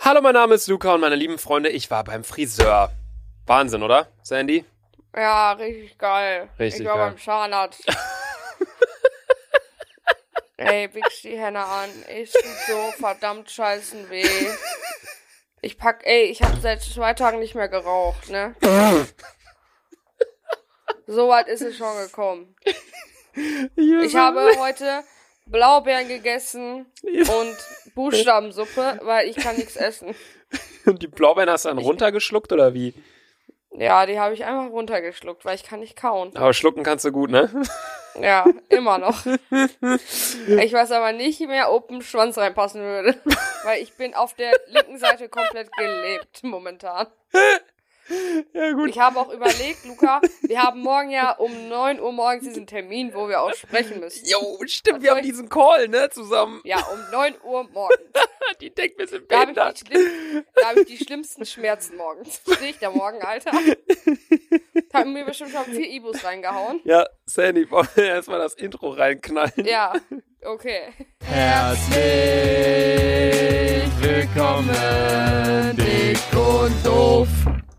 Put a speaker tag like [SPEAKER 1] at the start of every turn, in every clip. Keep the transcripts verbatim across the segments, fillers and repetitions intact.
[SPEAKER 1] Hallo, mein Name ist Luca und meine lieben Freunde, ich war beim Friseur. Wahnsinn, oder, Sandy?
[SPEAKER 2] Ja, richtig geil.
[SPEAKER 1] Richtig
[SPEAKER 2] ich war
[SPEAKER 1] geil.
[SPEAKER 2] beim Zahnarzt. Ey, wichs die Hände an. Es tut so verdammt scheißen weh. Ich pack, ey, ich hab seit zwei Tagen nicht mehr geraucht, ne? So weit ist es schon gekommen. Ich habe heute Blaubeeren gegessen und Buchstabensuppe, weil ich kann nichts essen.
[SPEAKER 1] Und die Blaubeeren hast du dann runtergeschluckt, oder wie?
[SPEAKER 2] Ja, die habe ich einfach runtergeschluckt, weil ich kann nicht kauen.
[SPEAKER 1] Aber schlucken kannst du gut, ne?
[SPEAKER 2] Ja, immer noch. Ich weiß aber nicht mehr, ob ein Schwanz reinpassen würde. Weil ich bin auf der linken Seite komplett gelebt momentan.
[SPEAKER 1] Ja, gut.
[SPEAKER 2] Ich habe auch überlegt, Luca, wir haben morgen ja um neun Uhr morgens diesen Termin, wo wir auch sprechen müssen.
[SPEAKER 1] Jo, stimmt, wir haben diesen Call, ne, zusammen.
[SPEAKER 2] Ja, um neun Uhr morgens.
[SPEAKER 1] Die denkt, wir sind
[SPEAKER 2] Da habe
[SPEAKER 1] behindert.
[SPEAKER 2] ich, die schlimm- da hab ich die schlimmsten Schmerzen morgens. Sehe ich da morgen, Alter? Da haben mir bestimmt schon vier Ibus reingehauen.
[SPEAKER 1] Ja, Sandy, wollen wir erstmal das Intro reinknallen?
[SPEAKER 2] Ja, okay.
[SPEAKER 1] Herzlich willkommen, dick und doof.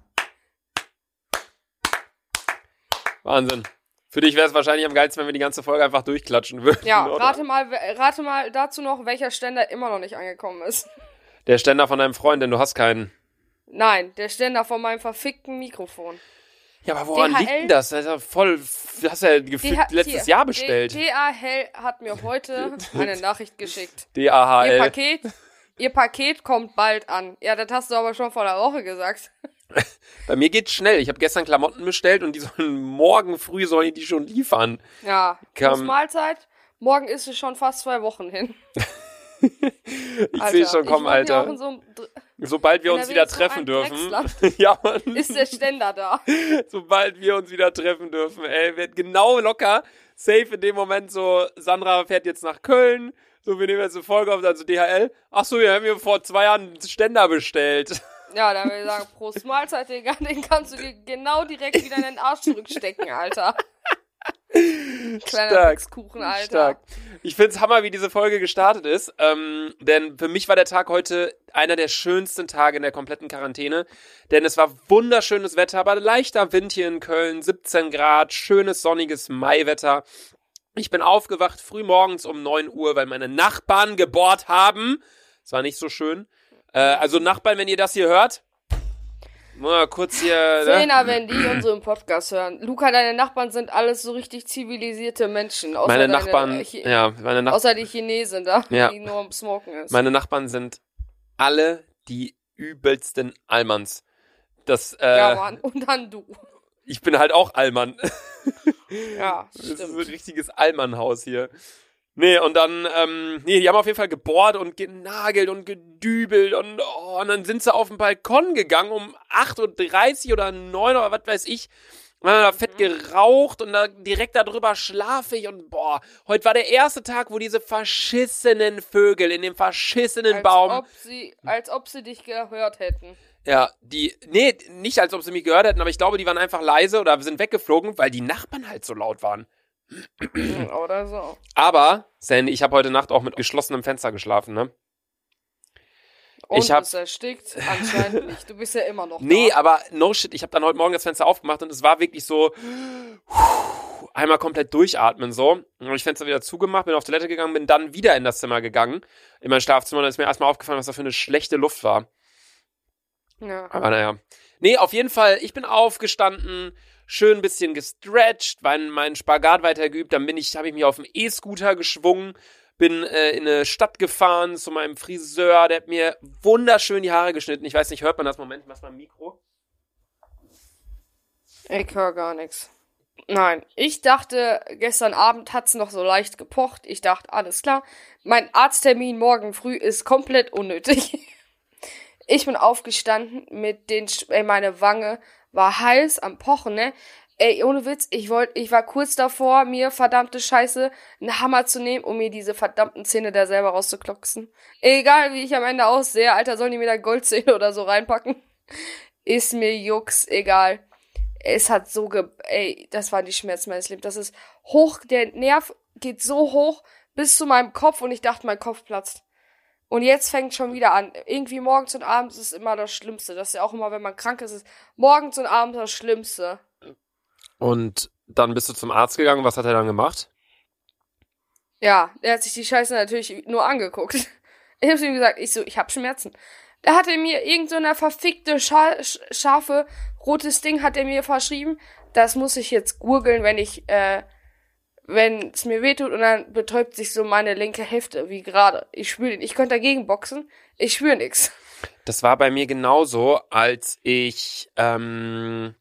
[SPEAKER 1] Wahnsinn. Für dich wäre es wahrscheinlich am geilsten, wenn wir die ganze Folge einfach durchklatschen würden.
[SPEAKER 2] Ja,
[SPEAKER 1] oder?
[SPEAKER 2] rate mal, rate mal dazu noch, welcher Ständer immer noch nicht angekommen ist.
[SPEAKER 1] Der Ständer von deinem Freund, denn du hast keinen.
[SPEAKER 2] Nein, der Ständer von meinem verfickten Mikrofon.
[SPEAKER 1] Ja, aber woran
[SPEAKER 2] D H L?
[SPEAKER 1] liegt denn das? Das ist ja voll, das hast du ja gefühlt
[SPEAKER 2] D H
[SPEAKER 1] letztes
[SPEAKER 2] hier,
[SPEAKER 1] Jahr bestellt.
[SPEAKER 2] D H L hat mir heute eine Nachricht geschickt.
[SPEAKER 1] D A H
[SPEAKER 2] Ihr
[SPEAKER 1] L.
[SPEAKER 2] Paket, ihr Paket kommt bald an. Ja, das hast du aber schon vor der Woche gesagt.
[SPEAKER 1] Bei mir geht's schnell. Ich habe gestern Klamotten bestellt und die sollen morgen früh sollen die schon liefern.
[SPEAKER 2] Ja,
[SPEAKER 1] Kam-
[SPEAKER 2] Prost Mahlzeit. Morgen ist es schon fast zwei Wochen hin.
[SPEAKER 1] Ich sehe schon kommen,
[SPEAKER 2] ich wohne ja auch
[SPEAKER 1] Alter.
[SPEAKER 2] in so einem Dr-
[SPEAKER 1] Sobald wir
[SPEAKER 2] N R
[SPEAKER 1] uns
[SPEAKER 2] W
[SPEAKER 1] wieder
[SPEAKER 2] ist so
[SPEAKER 1] treffen
[SPEAKER 2] ein
[SPEAKER 1] dürfen.
[SPEAKER 2] Drecksland.
[SPEAKER 1] Ja, Mann.
[SPEAKER 2] Ist der Ständer da?
[SPEAKER 1] Sobald wir uns wieder treffen dürfen, ey, wird genau locker, safe in dem Moment so, Sandra fährt jetzt nach Köln, so, wir nehmen jetzt eine Folge auf, also D H L. Ach so, ja, haben wir vor zwei Jahren einen Ständer bestellt.
[SPEAKER 2] Ja, dann würde ich sagen, Prost Mahlzeit, Digga, den kannst du dir genau direkt wieder in den Arsch zurückstecken, Alter. Kleiner
[SPEAKER 1] Stark.
[SPEAKER 2] Wichskuchen, Alter.
[SPEAKER 1] Stark. Ich find's Hammer, wie diese Folge gestartet ist, ähm, denn für mich war der Tag heute einer der schönsten Tage in der kompletten Quarantäne, denn es war wunderschönes Wetter, aber leichter Wind hier in Köln, siebzehn Grad, schönes sonniges Maiwetter. Ich bin aufgewacht früh morgens um neun Uhr, weil meine Nachbarn gebohrt haben. Es war nicht so schön. Äh, also Nachbarn, wenn ihr das hier hört, mal kurz hier... Ne?
[SPEAKER 2] Zehner, wenn die unseren Podcast hören. Luca, deine Nachbarn sind alles so richtig zivilisierte Menschen. Außer
[SPEAKER 1] Meine
[SPEAKER 2] deine,
[SPEAKER 1] Nachbarn,
[SPEAKER 2] äh, Chi-
[SPEAKER 1] ja, meine Nachbarn...
[SPEAKER 2] Außer die Chinesin da,
[SPEAKER 1] Ja.
[SPEAKER 2] die nur am Smoken ist.
[SPEAKER 1] Meine Nachbarn sind alle die übelsten Allmanns. Das, äh,
[SPEAKER 2] ja, Mann. Und dann du.
[SPEAKER 1] ich bin halt auch Allmann.
[SPEAKER 2] Ja,
[SPEAKER 1] Das ist ein
[SPEAKER 2] stimmt.
[SPEAKER 1] richtiges Allmannhaus hier. Nee, und dann, ähm, nee, die haben auf jeden Fall gebohrt und genagelt und gedübelt und, oh, und dann sind sie auf den Balkon gegangen um acht Uhr dreißig oder neun oder was weiß ich. Und dann da fett geraucht und da direkt darüber schlafe ich und boah, heute war der erste Tag, wo diese verschissenen Vögel in dem verschissenen
[SPEAKER 2] Als
[SPEAKER 1] Baum,
[SPEAKER 2] ob sie, als ob sie dich gehört hätten.
[SPEAKER 1] ja, die, nee, nicht als ob sie mich gehört hätten, aber ich glaube, die waren einfach leise oder sind weggeflogen, weil die Nachbarn halt so laut waren.
[SPEAKER 2] Oder so.
[SPEAKER 1] Aber, Sandy, ich habe heute Nacht auch mit geschlossenem Fenster geschlafen, ne?
[SPEAKER 2] Und
[SPEAKER 1] Ich hab-
[SPEAKER 2] es erstickt? Anscheinend nicht. Du bist ja immer noch
[SPEAKER 1] Nee,
[SPEAKER 2] da.
[SPEAKER 1] aber no shit, ich habe dann heute Morgen das Fenster aufgemacht und es war wirklich so einmal komplett durchatmen so. Und dann habe ich Fenster wieder zugemacht, bin auf Toilette gegangen, bin dann wieder in das Zimmer gegangen, in mein Schlafzimmer, und dann ist mir erstmal aufgefallen, was da für eine schlechte Luft war.
[SPEAKER 2] Ja.
[SPEAKER 1] Aber naja. Nee, auf jeden Fall, ich bin aufgestanden, schön ein bisschen gestretcht, meinen mein Spagat weitergeübt, dann bin ich, habe ich mich auf dem E-Scooter geschwungen, bin äh, in eine Stadt gefahren zu meinem Friseur, der hat mir wunderschön die Haare geschnitten. Ich weiß nicht, hört man das? Moment, mach mal ein Mikro.
[SPEAKER 2] Ich höre gar nichts. Nein, ich dachte, gestern Abend hat's noch so leicht gepocht. Ich dachte, alles klar, mein Arzttermin morgen früh ist komplett unnötig. Ich bin aufgestanden mit den, Sch- ey, meine Wange war heiß am Pochen, ne? Ey, ohne Witz, ich wollte, ich war kurz davor, mir verdammte Scheiße einen Hammer zu nehmen, um mir diese verdammten Zähne da selber rauszuklocksen. Egal, wie ich am Ende aussehe, Alter, sollen die mir da Goldzähne oder so reinpacken? Ist mir Jux, egal. Es hat so ge... Ey, das waren die Schmerzen meines Lebens. Das ist hoch, der Nerv geht so hoch bis zu meinem Kopf und ich dachte, mein Kopf platzt. Und jetzt fängt schon wieder an. Irgendwie morgens und abends ist immer das Schlimmste. Das ist ja auch immer, wenn man krank ist, ist morgens und abends das Schlimmste.
[SPEAKER 1] Und dann bist du zum Arzt gegangen. Was hat er dann gemacht?
[SPEAKER 2] Ja, er hat sich die Scheiße natürlich nur angeguckt. Ich hab's ihm gesagt, ich so, ich hab Schmerzen. Da hat er mir irgend so eine verfickte, scha scharfe, rotes Ding hat er mir verschrieben. Das muss ich jetzt gurgeln, wenn ich, äh, wenn es mir wehtut, und dann betäubt sich so meine linke Hälfte, wie gerade. Ich spüre den. Ich könnte dagegen boxen. Ich spüre nix.
[SPEAKER 1] Das war bei mir genauso, als ich ähm,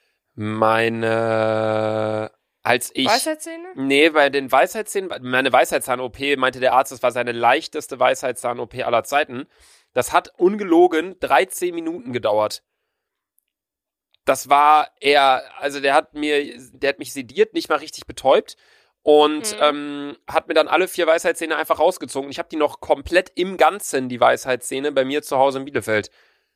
[SPEAKER 1] meine, als ich
[SPEAKER 2] Weisheitszähne?
[SPEAKER 1] Nee, bei den Weisheitszähnen, meine Weisheitszahn-O P, meinte der Arzt, das war seine leichteste Weisheitszahn-O P aller Zeiten. Das hat ungelogen dreizehn Minuten gedauert. Das war eher, also der hat mir, der hat mich sediert, nicht mal richtig betäubt. Und mhm. ähm, hat mir dann alle vier Weisheitszähne einfach rausgezogen. Ich habe die noch komplett im Ganzen, die Weisheitszähne, bei mir zu Hause in Bielefeld.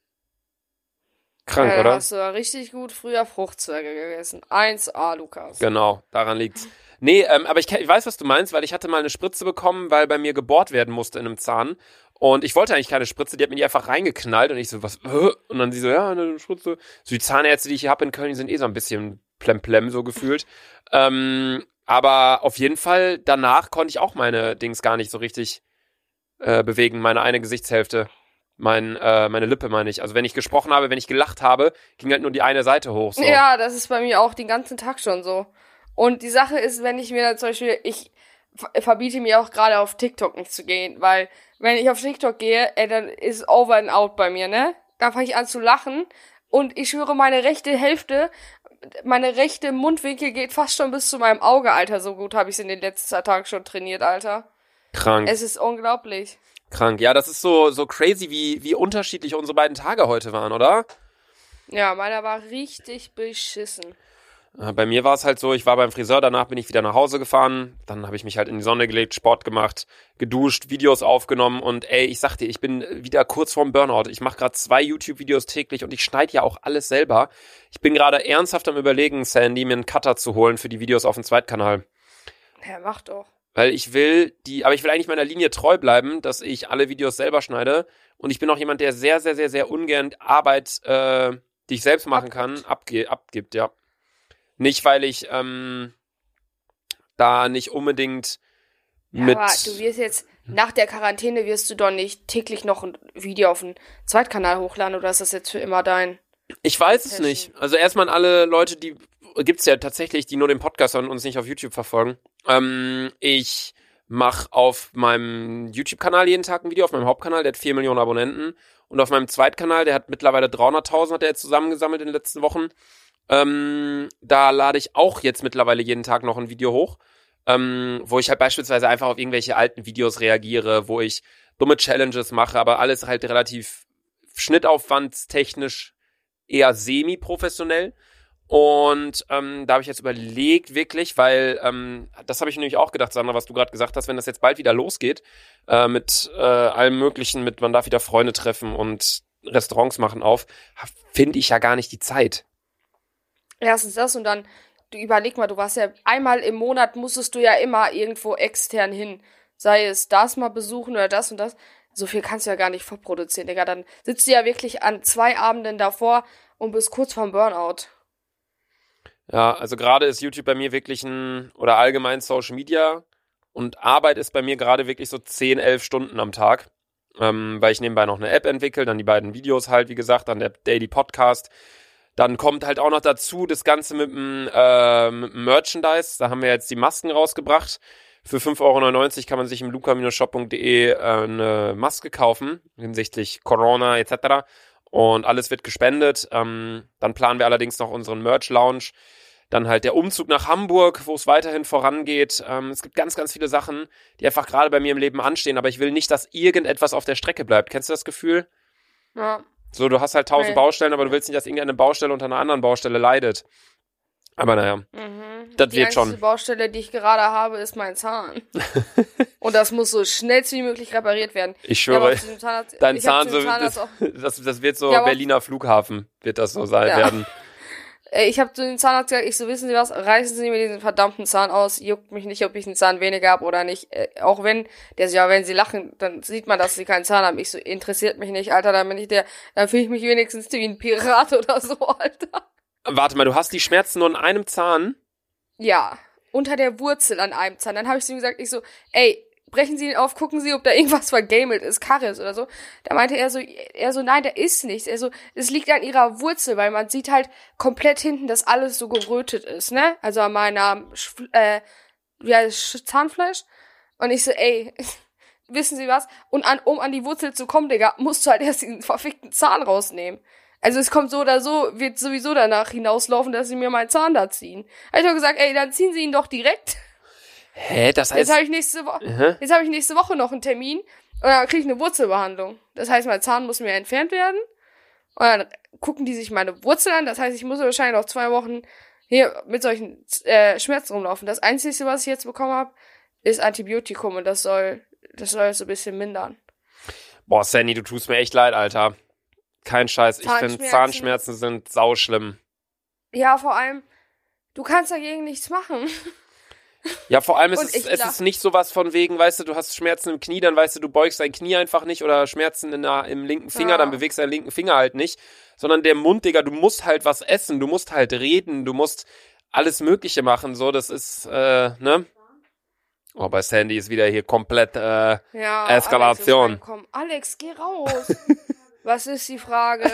[SPEAKER 1] Krank,
[SPEAKER 2] ja,
[SPEAKER 1] oder?
[SPEAKER 2] Hast du da richtig gut früher Fruchtzwerge gegessen. eins A, Lukas.
[SPEAKER 1] Genau, daran liegt's. Nee, ähm, aber ich, ich weiß, was du meinst, weil ich hatte mal eine Spritze bekommen, weil bei mir gebohrt werden musste in einem Zahn. Und ich wollte eigentlich keine Spritze, die hat mir die einfach reingeknallt. Und ich so, was? Äh? Und dann sie so, ja, eine Spritze. So die Zahnärzte, die ich hier habe in Köln, die sind eh so ein bisschen plemplem so gefühlt. ähm, aber auf jeden Fall, danach konnte ich auch meine Dings gar nicht so richtig äh, bewegen, meine eine Gesichtshälfte. Mein, äh, meine Lippe meine ich. Also wenn ich gesprochen habe, wenn ich gelacht habe, ging halt nur die eine Seite hoch. So.
[SPEAKER 2] Ja, das ist bei mir auch den ganzen Tag schon so. Und die Sache ist, wenn ich mir dann zum Beispiel, ich verbiete mir auch gerade auf TikTok nicht zu gehen, weil wenn ich auf TikTok gehe, ey, dann ist over and out bei mir, ne? Dann fange ich an zu lachen und ich schwöre, meine rechte Hälfte, meine rechte Mundwinkel geht fast schon bis zu meinem Auge, Alter. So gut habe ich es in den letzten zwei Tagen schon trainiert, Alter.
[SPEAKER 1] Krank.
[SPEAKER 2] Es ist unglaublich.
[SPEAKER 1] Krank. Ja, das ist so, so crazy, wie, wie unterschiedlich unsere beiden Tage heute waren, oder?
[SPEAKER 2] Ja, meiner war richtig beschissen.
[SPEAKER 1] Bei mir war es halt so, ich war beim Friseur, danach bin ich wieder nach Hause gefahren, dann habe ich mich halt in die Sonne gelegt, Sport gemacht, geduscht, Videos aufgenommen und ey, ich sag dir, ich bin wieder kurz vorm Burnout. Ich mache gerade zwei YouTube-Videos täglich und ich schneide ja auch alles selber. Ich bin gerade ernsthaft am Überlegen, Sandy, mir einen Cutter zu holen für die Videos auf dem Zweitkanal.
[SPEAKER 2] Ja, mach doch.
[SPEAKER 1] Weil ich will die, aber ich will eigentlich meiner Linie treu bleiben, dass ich alle Videos selber schneide und ich bin auch jemand, der sehr, sehr, sehr, sehr ungern Arbeit, äh, die ich selbst machen kann, abge- abgibt, ja. Nicht, weil ich ähm, da nicht unbedingt
[SPEAKER 2] ja,
[SPEAKER 1] mit...
[SPEAKER 2] aber du wirst jetzt, nach der Quarantäne wirst du doch nicht täglich noch ein Video auf den Zweitkanal hochladen, oder ist das jetzt für immer dein...
[SPEAKER 1] Ich weiß es
[SPEAKER 2] Passion?
[SPEAKER 1] nicht. Also erstmal an alle Leute, die... Gibt's ja tatsächlich, die nur den Podcast hören und uns nicht auf YouTube verfolgen. Ähm, ich mache auf meinem YouTube-Kanal jeden Tag ein Video, auf meinem Hauptkanal, der hat vier Millionen Abonnenten. Und auf meinem Zweitkanal, der hat mittlerweile dreihunderttausend, hat er jetzt zusammengesammelt in den letzten Wochen. Ähm, da lade ich auch jetzt mittlerweile jeden Tag noch ein Video hoch, ähm, wo ich halt beispielsweise einfach auf irgendwelche alten Videos reagiere, wo ich dumme Challenges mache, aber alles halt relativ schnittaufwandstechnisch eher semi-professionell. Und ähm, da habe ich jetzt überlegt, wirklich, weil ähm, das habe ich nämlich auch gedacht, Sandra, was du gerade gesagt hast, wenn das jetzt bald wieder losgeht, äh, mit äh, allem Möglichen, mit man darf wieder Freunde treffen und Restaurants machen auf, finde ich ja gar nicht die Zeit.
[SPEAKER 2] Erstens das und dann, du überleg mal, du warst ja einmal im Monat, musstest du ja immer irgendwo extern hin. Sei es das mal besuchen oder das und das. So viel kannst du ja gar nicht vorproduzieren, Digga. Dann sitzt du ja wirklich an zwei Abenden davor und bist kurz vorm Burnout.
[SPEAKER 1] Ja, also gerade ist YouTube bei mir wirklich ein, oder allgemein Social Media und Arbeit ist bei mir gerade wirklich so zehn, elf Stunden am Tag. Ähm, weil ich nebenbei noch eine App entwickle, dann die beiden Videos halt, wie gesagt, dann der Daily Podcast. Dann kommt halt auch noch dazu das Ganze mit dem, äh, mit dem Merchandise. Da haben wir jetzt die Masken rausgebracht. Für fünf Euro neunundneunzig kann man sich im luca shop punkt de äh, eine Maske kaufen, hinsichtlich Corona et cetera. Und alles wird gespendet. Ähm, dann planen wir allerdings noch unseren Merch-Lounge. Dann halt der Umzug nach Hamburg, wo es weiterhin vorangeht. Ähm, es gibt ganz, ganz viele Sachen, die einfach gerade bei mir im Leben anstehen. Aber ich will nicht, dass irgendetwas auf der Strecke bleibt. Kennst du das Gefühl?
[SPEAKER 2] Ja.
[SPEAKER 1] So, du hast halt tausend
[SPEAKER 2] Nee.
[SPEAKER 1] Baustellen, aber du willst nicht, dass irgendeine Baustelle unter einer anderen Baustelle leidet. Aber naja,
[SPEAKER 2] Mhm.
[SPEAKER 1] das
[SPEAKER 2] die
[SPEAKER 1] wird
[SPEAKER 2] einzige
[SPEAKER 1] schon.
[SPEAKER 2] Baustelle, die ich gerade habe, ist mein Zahn. Und das muss so schnellst wie möglich repariert werden.
[SPEAKER 1] Ich
[SPEAKER 2] Ja, aber
[SPEAKER 1] schwöre,
[SPEAKER 2] auf diesem Zahnarzt-
[SPEAKER 1] dein
[SPEAKER 2] ich hab
[SPEAKER 1] Zahn,
[SPEAKER 2] zu
[SPEAKER 1] so,
[SPEAKER 2] dem Zahnarzt
[SPEAKER 1] das,
[SPEAKER 2] auch-
[SPEAKER 1] das, das wird so
[SPEAKER 2] Ja, aber-
[SPEAKER 1] Berliner Flughafen, wird das so sein
[SPEAKER 2] Ja.
[SPEAKER 1] werden.
[SPEAKER 2] Äh, Ich habe zu dem Zahnarzt gesagt, ich so, wissen Sie was, reißen Sie mir diesen verdammten Zahn aus, juckt mich nicht, ob ich einen Zahn weniger habe oder nicht. Äh, auch wenn, der so, ja, wenn Sie lachen, dann sieht man, dass Sie keinen Zahn haben. Ich so, interessiert mich nicht, Alter, dann bin ich der, dann fühle ich mich wenigstens wie ein Pirat oder so, Alter.
[SPEAKER 1] Warte mal, du hast die Schmerzen nur in einem Zahn?
[SPEAKER 2] Ja, unter der Wurzel an einem Zahn. Dann habe ich zu ihm gesagt, ich so, ey, brechen Sie ihn auf, gucken Sie, ob da irgendwas vergamelt ist, Karies oder so. Da meinte er so, er so, nein, da ist nichts. Er so, es liegt an ihrer Wurzel, weil man sieht halt komplett hinten, dass alles so gerötet ist, ne? Also an meiner, Sch- äh, wie heißt Zahnfleisch. Und ich so, ey, wissen Sie was? Und an, um an die Wurzel zu kommen, Digga, musst du halt erst diesen verfickten Zahn rausnehmen. Also es kommt so oder so, wird sowieso danach hinauslaufen, dass sie mir meinen Zahn da ziehen. Hab ich doch gesagt, ey, dann ziehen Sie ihn doch direkt.
[SPEAKER 1] Hä, das heißt...
[SPEAKER 2] Jetzt habe ich nächste Woche,
[SPEAKER 1] Aha.
[SPEAKER 2] jetzt habe ich nächste Woche noch einen Termin und dann kriege ich eine Wurzelbehandlung. Das heißt, mein Zahn muss mir entfernt werden und dann gucken die sich meine Wurzel an. Das heißt, ich muss wahrscheinlich noch zwei Wochen hier mit solchen äh, Schmerzen rumlaufen. Das Einzige, was ich jetzt bekommen habe, ist Antibiotikum und das soll, das soll so ein bisschen mindern.
[SPEAKER 1] Boah, Sandy, du tust mir echt leid, Alter. Kein Scheiß. Ich finde,
[SPEAKER 2] Zahnschmerzen.
[SPEAKER 1] Zahnschmerzen sind sauschlimm.
[SPEAKER 2] Ja, vor allem, du kannst dagegen nichts machen.
[SPEAKER 1] Ja, vor allem ist
[SPEAKER 2] Und
[SPEAKER 1] es,
[SPEAKER 2] ich
[SPEAKER 1] es
[SPEAKER 2] lach-
[SPEAKER 1] ist nicht sowas von wegen, weißt du, du hast Schmerzen im Knie, dann weißt du, du beugst dein Knie einfach nicht oder Schmerzen in der, im linken Finger,
[SPEAKER 2] Ja.
[SPEAKER 1] dann bewegst du deinen linken Finger halt nicht, sondern der Mund, Digga, du musst halt was essen, du musst halt reden, du musst alles Mögliche machen, so, das ist, äh, ne? Oh, bei Sandy ist wieder hier komplett, äh,
[SPEAKER 2] Ja,
[SPEAKER 1] Eskalation.
[SPEAKER 2] Alex, ist reinkommen. Alex, geh raus. Was ist die Frage?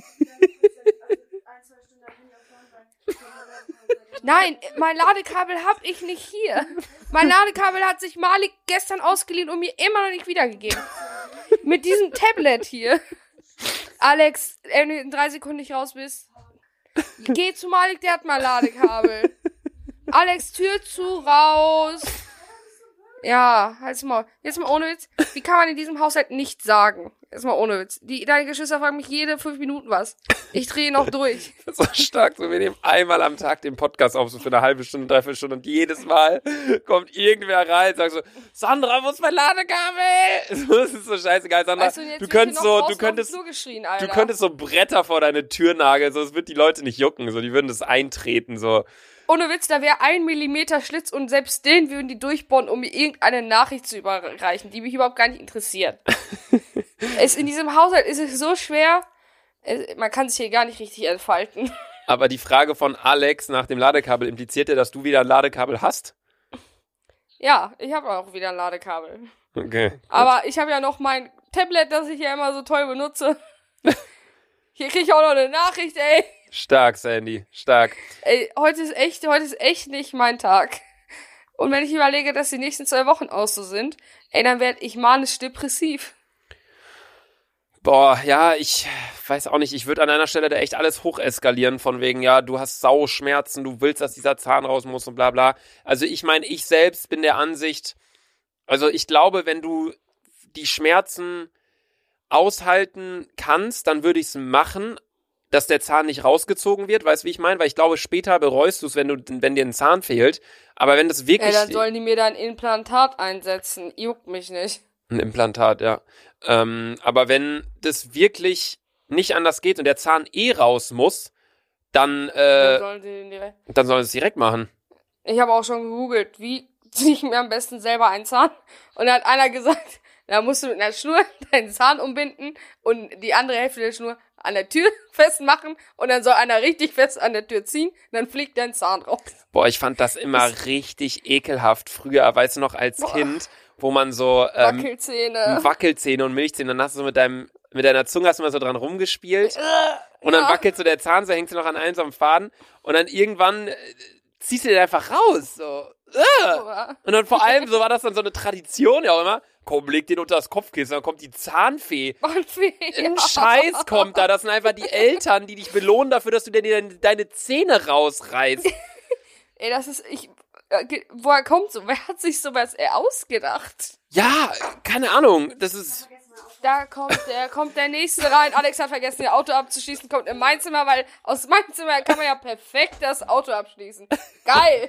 [SPEAKER 2] Nein, mein Ladekabel hab ich nicht hier. Mein Ladekabel hat sich Malik gestern ausgeliehen und mir immer noch nicht wiedergegeben. Mit diesem Tablet hier. Alex, wenn du in drei Sekunden nicht raus bist, geh zu Malik, der hat mal Ladekabel. Alex, Tür zu, raus. Ja, halt's mal. Jetzt mal ohne Witz. Wie kann man in diesem Haushalt nichts sagen? Jetzt mal ohne Witz. Die, deine Geschwister fragen mich jede fünf Minuten was. Ich drehe noch durch.
[SPEAKER 1] Das ist so stark, so wir nehmen einmal am Tag den Podcast auf, so für eine halbe Stunde, dreiviertel Stunde und jedes Mal kommt irgendwer rein und sagt so, Sandra, wo ist mein Ladekabel? Das ist so scheißegal, Sandra.
[SPEAKER 2] Weißt du, und jetzt
[SPEAKER 1] du
[SPEAKER 2] wird hier
[SPEAKER 1] könntest
[SPEAKER 2] noch
[SPEAKER 1] so,
[SPEAKER 2] draußen
[SPEAKER 1] du
[SPEAKER 2] auf den
[SPEAKER 1] könntest,
[SPEAKER 2] Flur geschrien,
[SPEAKER 1] du
[SPEAKER 2] Alter.
[SPEAKER 1] könntest so Bretter vor deine Tür nageln, so, es wird die Leute nicht jucken, so, die würden das eintreten, so.
[SPEAKER 2] Ohne Witz, da wäre ein Millimeter Schlitz und selbst den würden die durchbohren, um mir irgendeine Nachricht zu überreichen, die mich überhaupt gar nicht interessiert. es, in diesem Haushalt ist es so schwer, es, man kann sich hier gar nicht richtig entfalten.
[SPEAKER 1] Aber die Frage von Alex nach dem Ladekabel impliziert ja, dass du wieder ein Ladekabel hast?
[SPEAKER 2] Ja, ich habe auch wieder ein Ladekabel.
[SPEAKER 1] Okay.
[SPEAKER 2] Aber ich habe ja noch mein Tablet, das ich ja immer so toll benutze. Hier krieg ich auch noch eine Nachricht, ey.
[SPEAKER 1] Stark, Sandy, stark.
[SPEAKER 2] Ey, heute ist echt, heute ist echt nicht mein Tag. Und wenn ich überlege, dass die nächsten zwei Wochen aus so sind, ey, dann werde ich manisch depressiv.
[SPEAKER 1] Boah, ja, ich weiß auch nicht, ich würde an einer Stelle da echt alles hocheskalieren, von wegen, ja, du hast Sauschmerzen, du willst, dass dieser Zahn raus muss und bla bla. Also ich meine, ich selbst bin der Ansicht, also ich glaube, wenn du die Schmerzen aushalten kannst, dann würde ich es machen, dass der Zahn nicht rausgezogen wird, weißt du, wie ich meine? Weil ich glaube, später bereust du es, wenn du, wenn dir ein Zahn fehlt. Aber wenn das
[SPEAKER 2] Ey,
[SPEAKER 1] wirklich...
[SPEAKER 2] dann sollen die mir da ein Implantat einsetzen. Juckt mich nicht.
[SPEAKER 1] Ein Implantat, ja. Ähm, aber wenn das wirklich nicht anders geht und der Zahn eh raus muss, dann,
[SPEAKER 2] Dann
[SPEAKER 1] äh,
[SPEAKER 2] sollen die den direkt.
[SPEAKER 1] dann sollen sie es direkt machen.
[SPEAKER 2] Ich habe auch schon gegoogelt, wie ziehe ich mir am besten selber einen Zahn? Und da hat einer gesagt, da musst du mit einer Schnur deinen Zahn umbinden und die andere Hälfte der Schnur an der Tür festmachen und dann soll einer richtig fest an der Tür ziehen, dann fliegt dein Zahn raus.
[SPEAKER 1] Boah, ich fand das immer
[SPEAKER 2] Das-
[SPEAKER 1] richtig ekelhaft. Früher, weißt du noch, als
[SPEAKER 2] Boah.
[SPEAKER 1] Kind, wo man so ähm,
[SPEAKER 2] Wackelzähne.
[SPEAKER 1] Wackelzähne und Milchzähne, dann hast du so mit deinem, mit deiner Zunge hast du mal so dran rumgespielt und dann
[SPEAKER 2] ja.
[SPEAKER 1] wackelt so der Zahn, so hängst du noch an einem so am Faden und dann irgendwann äh, ziehst du den einfach raus, so. Äh. Und dann vor allem, so war das dann so eine Tradition ja auch immer, komm, leg den unter das Kopfkissen, dann kommt die Zahnfee.
[SPEAKER 2] Und wie,
[SPEAKER 1] Ein Scheiß kommt da, das sind einfach die Eltern, die dich belohnen dafür, dass du dir deine, deine Zähne rausreißt.
[SPEAKER 2] Ey, das ist, ich, äh, ge- woher kommt so? Wer hat sich sowas äh, ausgedacht?
[SPEAKER 1] Ja, keine Ahnung, das ist...
[SPEAKER 2] Da kommt der, kommt der Nächste rein. Alex hat vergessen, ihr Auto abzuschließen, kommt in mein Zimmer, weil aus meinem Zimmer kann man ja perfekt das Auto abschließen. Geil!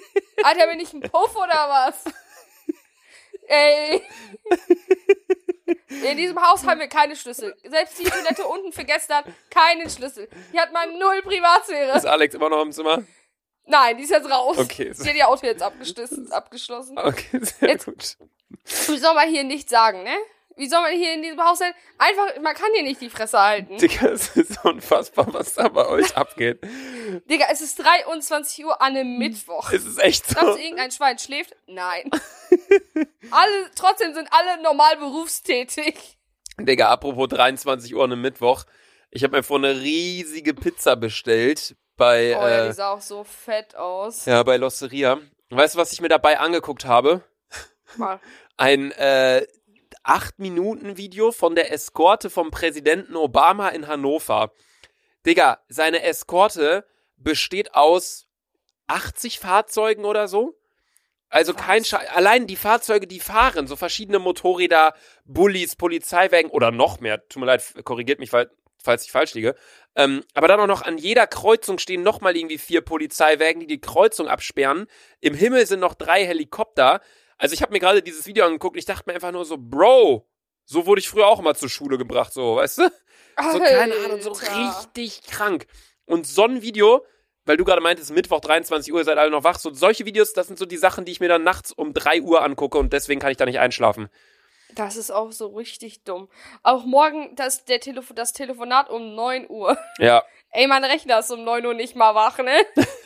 [SPEAKER 2] Alter, bin ich ein Puff oder was? Ey. In diesem Haus haben wir keine Schlüssel. Selbst die Toilette unten für gestern, keinen Schlüssel. Hier hat man null Privatsphäre.
[SPEAKER 1] Ist Alex immer noch im Zimmer?
[SPEAKER 2] Nein, die ist jetzt raus.
[SPEAKER 1] Okay.
[SPEAKER 2] Die hat ihr Auto jetzt abgeschlossen.
[SPEAKER 1] Okay, sehr
[SPEAKER 2] jetzt,
[SPEAKER 1] gut.
[SPEAKER 2] Wie soll man hier nichts sagen, ne? Wie soll man hier in diesem Haus sein? Einfach, man kann hier nicht die Fresse halten.
[SPEAKER 1] Digga, es ist unfassbar, was da bei euch abgeht.
[SPEAKER 2] Digga, es ist dreiundzwanzig Uhr an einem Mittwoch.
[SPEAKER 1] Es ist echt so.
[SPEAKER 2] Glaubst du, irgendein Schwein schläft? Nein. alle, trotzdem sind alle normal berufstätig.
[SPEAKER 1] Digga, apropos dreiundzwanzig Uhr an einem Mittwoch. Ich habe mir vorhin eine riesige Pizza bestellt bei,
[SPEAKER 2] oh ja,
[SPEAKER 1] äh,
[SPEAKER 2] die sah auch so fett aus.
[SPEAKER 1] ja, bei L'Osteria. Weißt du, was ich mir dabei angeguckt habe?
[SPEAKER 2] Mal.
[SPEAKER 1] Ein, äh, acht Minuten Video von der Eskorte vom Präsidenten Obama in Hannover. Digga, seine Eskorte besteht aus achtzig Fahrzeugen oder so. Also
[SPEAKER 2] Was?
[SPEAKER 1] kein Scheiß. Allein die Fahrzeuge, die fahren, so verschiedene Motorräder, Bullis, Polizeiwagen oder noch mehr. Tut mir leid, korrigiert mich, falls ich falsch liege. Ähm, aber dann auch noch an jeder Kreuzung stehen nochmal irgendwie vier Polizeiwagen, die die Kreuzung absperren. Im Himmel sind noch drei Helikopter. Also ich habe mir gerade dieses Video angeguckt und ich dachte mir einfach nur so, Bro, so wurde ich früher auch immer zur Schule gebracht, so, weißt du? So, keine Ahnung, so richtig krank. Und so ein Video, weil du gerade meintest, Mittwoch dreiundzwanzig Uhr, ihr seid alle noch wach, so solche Videos, das sind so die Sachen, die ich mir dann nachts um drei Uhr angucke und deswegen kann ich da nicht einschlafen.
[SPEAKER 2] Das ist auch so richtig dumm. Auch morgen das, der Telefo- das Telefonat um neun Uhr.
[SPEAKER 1] Ja.
[SPEAKER 2] Ey, mein Rechner ist um neun Uhr nicht mal wach, ne?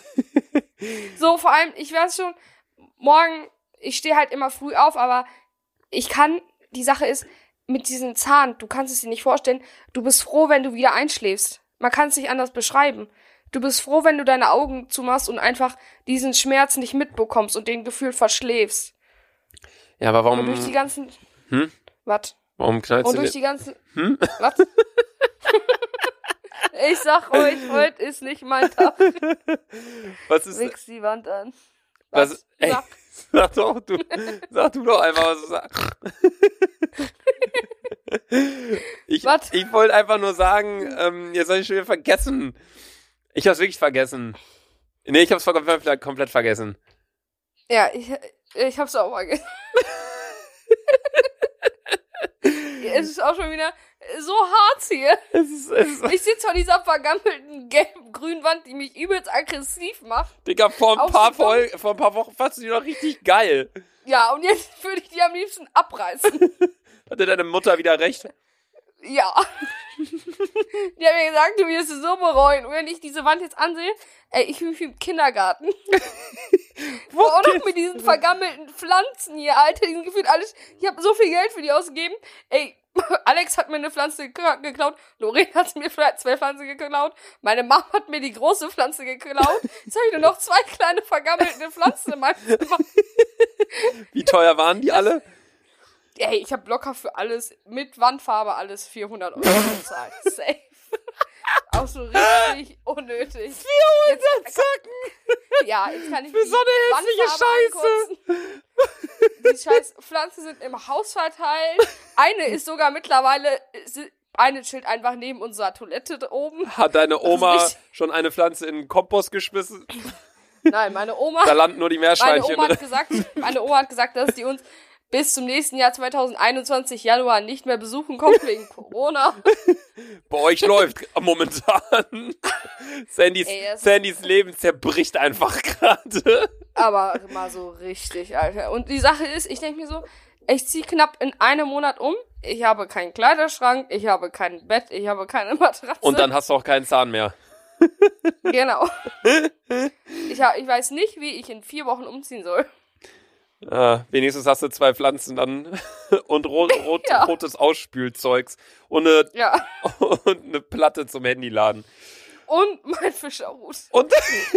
[SPEAKER 2] So, vor allem, ich weiß schon, morgen, ich stehe halt immer früh auf, aber ich kann, die Sache ist, mit diesem Zahn, du kannst es dir nicht vorstellen, du bist froh, wenn du wieder einschläfst. Man kann es nicht anders beschreiben. Du bist froh, wenn du deine Augen zumachst und einfach diesen Schmerz nicht mitbekommst und den Gefühl verschläfst.
[SPEAKER 1] Ja, aber warum...
[SPEAKER 2] Und durch die ganzen...
[SPEAKER 1] Hm?
[SPEAKER 2] Was?
[SPEAKER 1] Warum knallst
[SPEAKER 2] Und
[SPEAKER 1] du
[SPEAKER 2] durch
[SPEAKER 1] den...
[SPEAKER 2] die ganzen...
[SPEAKER 1] Hm?
[SPEAKER 2] Was? Ich sag euch, heute ist nicht mein Tag.
[SPEAKER 1] Was ist...
[SPEAKER 2] Wichs die Wand an.
[SPEAKER 1] Was?
[SPEAKER 2] Was?
[SPEAKER 1] Ey,
[SPEAKER 2] Sag.
[SPEAKER 1] sag doch, du... Sag du doch einfach, was du sagst. Ich,
[SPEAKER 2] Was?
[SPEAKER 1] ich wollte einfach nur sagen, ähm, jetzt habe ich schon wieder vergessen. Ich hab's wirklich vergessen. Nee, ich hab's komplett, komplett vergessen.
[SPEAKER 2] Ja, ich, ich hab's auch vergessen. Es ist auch schon wieder so hart hier.
[SPEAKER 1] Es ist, es ist,
[SPEAKER 2] Ich sitze vor dieser vergammelten gelb-grünen Wand, die mich übelst aggressiv macht.
[SPEAKER 1] Digga, vor ein,
[SPEAKER 2] Auch
[SPEAKER 1] paar
[SPEAKER 2] so
[SPEAKER 1] Vol- vor ein paar Wochen fandst du die noch richtig geil.
[SPEAKER 2] Ja, und jetzt würde ich die am liebsten abreißen.
[SPEAKER 1] Hatte deine Mutter wieder recht?
[SPEAKER 2] Ja. Die hat mir gesagt, du wirst es so bereuen. Und wenn ich diese Wand jetzt ansehe, ey, ich bin wie im Kindergarten.
[SPEAKER 1] Wo
[SPEAKER 2] Und auch
[SPEAKER 1] geht's?
[SPEAKER 2] mit diesen vergammelten Pflanzen hier, Alter, diesen Gefühl, alles. Ich habe so viel Geld für die ausgegeben. Ey, Alex hat mir eine Pflanze ge- geklaut. Lorraine hat mir vielleicht zwei Pflanzen geklaut. Meine Mama hat mir die große Pflanze geklaut. Jetzt habe ich nur noch zwei kleine vergammelte Pflanzen in meinem Zimmer.
[SPEAKER 1] Wie teuer waren die alle?
[SPEAKER 2] Ey, ich habe locker für alles, mit Wandfarbe, alles vierhundert Euro bezahlt. Safe. Auch so richtig unnötig.
[SPEAKER 1] vierhundert Zacken!
[SPEAKER 2] Ja, jetzt kann ich
[SPEAKER 1] Für
[SPEAKER 2] die
[SPEAKER 1] so eine hässliche
[SPEAKER 2] Wandfarbe ankotzen. Die scheiß Pflanzen sind im Haus verteilt. Eine ist sogar mittlerweile, eine chillt einfach neben unserer Toilette oben.
[SPEAKER 1] Hat deine Oma
[SPEAKER 2] Das ist nicht-
[SPEAKER 1] schon eine Pflanze in den Kompost geschmissen?
[SPEAKER 2] Nein, meine Oma,
[SPEAKER 1] Da landen nur die
[SPEAKER 2] meine
[SPEAKER 1] Meerschweinchen
[SPEAKER 2] Oma hat
[SPEAKER 1] drin.
[SPEAKER 2] gesagt, meine Oma hat gesagt, dass die uns bis zum nächsten Jahr zwanzig einundzwanzig Januar nicht mehr besuchen kommt wegen Corona.
[SPEAKER 1] Bei euch läuft momentan. Sandys,
[SPEAKER 2] Ey, das-
[SPEAKER 1] Sandys Leben zerbricht einfach gerade.
[SPEAKER 2] Aber mal so richtig, Alter. Und die Sache ist, ich denke mir so, ich ziehe knapp in einem Monat um. Ich habe keinen Kleiderschrank, ich habe kein Bett, ich habe keine Matratze.
[SPEAKER 1] Und dann hast du auch keinen Zahn mehr.
[SPEAKER 2] Genau. Ich, ha- ich weiß nicht, wie ich in vier Wochen umziehen soll.
[SPEAKER 1] Ah, wenigstens hast du zwei Pflanzen dann und rot, rot,
[SPEAKER 2] Ja.
[SPEAKER 1] rotes Ausspülzeugs und eine,
[SPEAKER 2] Ja.
[SPEAKER 1] und eine Platte zum Handyladen.
[SPEAKER 2] Und mein Fischerhut.
[SPEAKER 1] Und,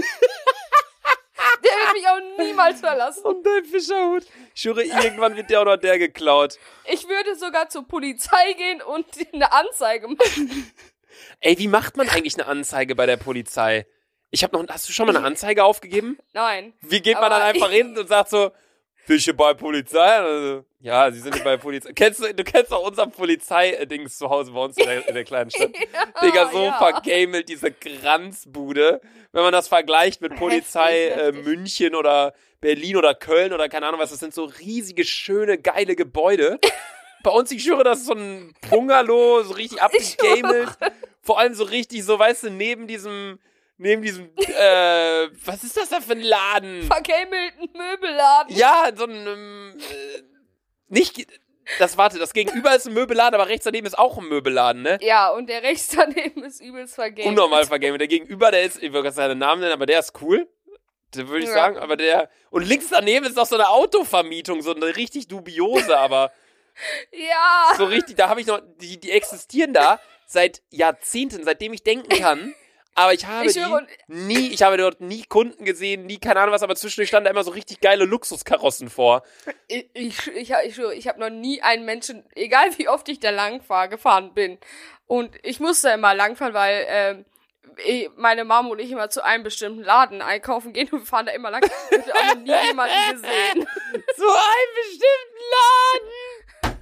[SPEAKER 2] Der wird mich auch niemals verlassen.
[SPEAKER 1] und dein Fischerhut. Ich schwöre, irgendwann wird der oder der geklaut.
[SPEAKER 2] Ich würde sogar zur Polizei gehen und eine Anzeige machen.
[SPEAKER 1] Ey, wie macht man eigentlich eine Anzeige bei der Polizei? Ich hab noch, hast du schon mal eine Anzeige aufgegeben?
[SPEAKER 2] Nein.
[SPEAKER 1] Wie geht man
[SPEAKER 2] Aber
[SPEAKER 1] dann einfach hin und sagt so, Fische bei Polizei? Also, ja, sie sind nicht bei Polizei. Kennst du, du kennst auch unser Polizei-Dings zu Hause bei uns in der, in der kleinen Stadt. Digga, so
[SPEAKER 2] ja.
[SPEAKER 1] vergamelt diese Kranzbude. Wenn man das vergleicht mit Polizei
[SPEAKER 2] Heftig,
[SPEAKER 1] äh,
[SPEAKER 2] heftig.
[SPEAKER 1] München oder Berlin oder Köln oder keine Ahnung was, das sind so riesige, schöne, geile Gebäude. bei uns, ich schwöre, das ist so ein Bungalow, so richtig abgegamelt. Vor allem so richtig, so, weißt du, neben diesem, neben diesem, äh, was ist das da für ein Laden?
[SPEAKER 2] Vergamelten Möbelladen.
[SPEAKER 1] Ja, so ein, ähm, äh, nicht, das, warte, das Gegenüber ist ein Möbelladen, aber rechts daneben ist auch ein Möbelladen, ne?
[SPEAKER 2] Ja, und der rechts daneben ist übelst vergamelt.
[SPEAKER 1] Unnormal vergamelt. Der Gegenüber, der ist, ich will gerade seinen Namen nennen, aber der ist cool. Da würde ich
[SPEAKER 2] Ja.
[SPEAKER 1] sagen, aber der, und links daneben ist auch so eine Autovermietung, so eine richtig dubiose, aber
[SPEAKER 2] Ja.
[SPEAKER 1] so richtig, da habe ich noch, die, die existieren da seit Jahrzehnten, seitdem ich denken kann. Aber ich habe
[SPEAKER 2] Ich
[SPEAKER 1] die
[SPEAKER 2] schwöre-
[SPEAKER 1] nie, ich habe dort nie Kunden gesehen, nie, keine Ahnung was, aber zwischendurch standen da immer so richtig geile Luxuskarossen vor.
[SPEAKER 2] Ich, ich, ich, ich, ich habe noch nie einen Menschen, egal wie oft ich da lang fahr, gefahren bin. Und ich musste immer langfahren, weil ähm, ich, meine Mom und ich immer zu einem bestimmten Laden einkaufen gehen und wir fahren da immer lang. Ich habe auch noch nie jemanden gesehen.
[SPEAKER 1] So einen bestimmten Laden!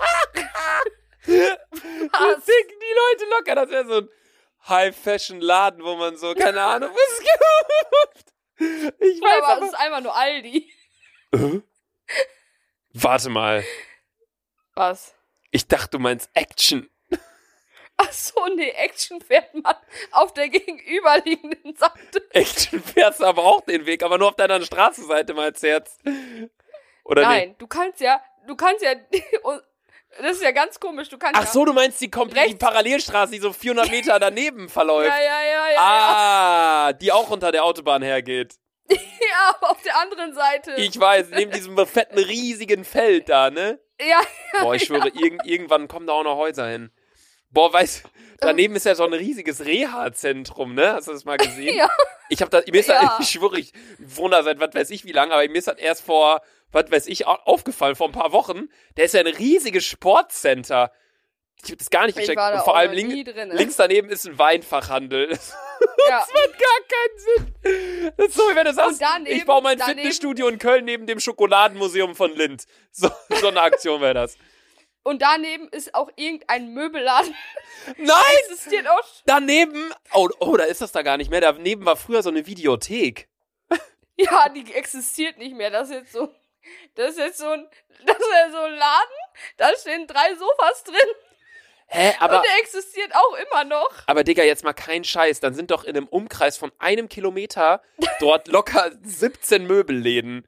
[SPEAKER 2] Was?
[SPEAKER 1] Das denken die Leute locker, das wäre so ein High-Fashion-Laden, wo man so, keine Ahnung, was kauft. Ich
[SPEAKER 2] Ja,
[SPEAKER 1] weiß
[SPEAKER 2] aber
[SPEAKER 1] aber...
[SPEAKER 2] es ist einfach nur Aldi.
[SPEAKER 1] Äh? Warte mal.
[SPEAKER 2] Was?
[SPEAKER 1] Ich dachte, du meinst Action.
[SPEAKER 2] Ach so, nee, Action fährt man auf der gegenüberliegenden Seite.
[SPEAKER 1] Action fährst du aber auch den Weg, aber nur auf deiner Straßenseite mal als Herz. Oder
[SPEAKER 2] Nein,
[SPEAKER 1] nee?
[SPEAKER 2] du kannst ja, du kannst ja, das ist ja ganz komisch, du kannst
[SPEAKER 1] Ach so, du meinst die komplett die
[SPEAKER 2] Rechts.
[SPEAKER 1] Parallelstraße, die so vierhundert Meter daneben verläuft.
[SPEAKER 2] ja, ja, ja, ja,
[SPEAKER 1] Ah, die auch unter der Autobahn hergeht.
[SPEAKER 2] ja, ja, aber auf der anderen Seite.
[SPEAKER 1] Ich weiß, neben diesem fetten, riesigen Feld da, ne?
[SPEAKER 2] ja,
[SPEAKER 1] Boah, ich schwöre, irg irgendwann kommen da auch noch Häuser hin. Boah, weißt daneben ist ja so ein riesiges Reha-Zentrum, ne? Hast du das mal gesehen?
[SPEAKER 2] ja.
[SPEAKER 1] Ich hab da, mir ist
[SPEAKER 2] Ja.
[SPEAKER 1] das, ich schwöre, ich wohne da seit was weiß ich wie lange, aber mir ist das erst vor, was weiß ich, au- aufgefallen, vor ein paar Wochen. Der ist ja ein riesiges Sportcenter. Ich hab das gar nicht
[SPEAKER 2] Ich
[SPEAKER 1] gecheckt.
[SPEAKER 2] war da
[SPEAKER 1] Und vor
[SPEAKER 2] auch
[SPEAKER 1] allem
[SPEAKER 2] noch
[SPEAKER 1] link,
[SPEAKER 2] nie drin, ne?
[SPEAKER 1] links daneben ist ein Weinfachhandel.
[SPEAKER 2] ja.
[SPEAKER 1] Das macht gar keinen Sinn. Das ist so, wie wenn du sagst,
[SPEAKER 2] Und daneben-
[SPEAKER 1] ich baue mein
[SPEAKER 2] daneben-
[SPEAKER 1] Fitnessstudio in Köln neben dem Schokoladenmuseum von Lind. So, so eine Aktion wäre das.
[SPEAKER 2] Und daneben ist auch irgendein Möbelladen.
[SPEAKER 1] Nein!
[SPEAKER 2] Existiert auch.
[SPEAKER 1] Daneben, oh, oh, da ist das da gar nicht mehr. Daneben war früher so eine Videothek.
[SPEAKER 2] Ja, die existiert nicht mehr. Das ist jetzt so, das ist jetzt so ein, das ist ja so ein Laden. Da stehen drei Sofas drin.
[SPEAKER 1] Hä, aber,
[SPEAKER 2] und der existiert auch immer noch.
[SPEAKER 1] aber Digga, jetzt mal kein Scheiß. Dann sind doch in einem Umkreis von einem Kilometer dort locker siebzehn Möbelläden.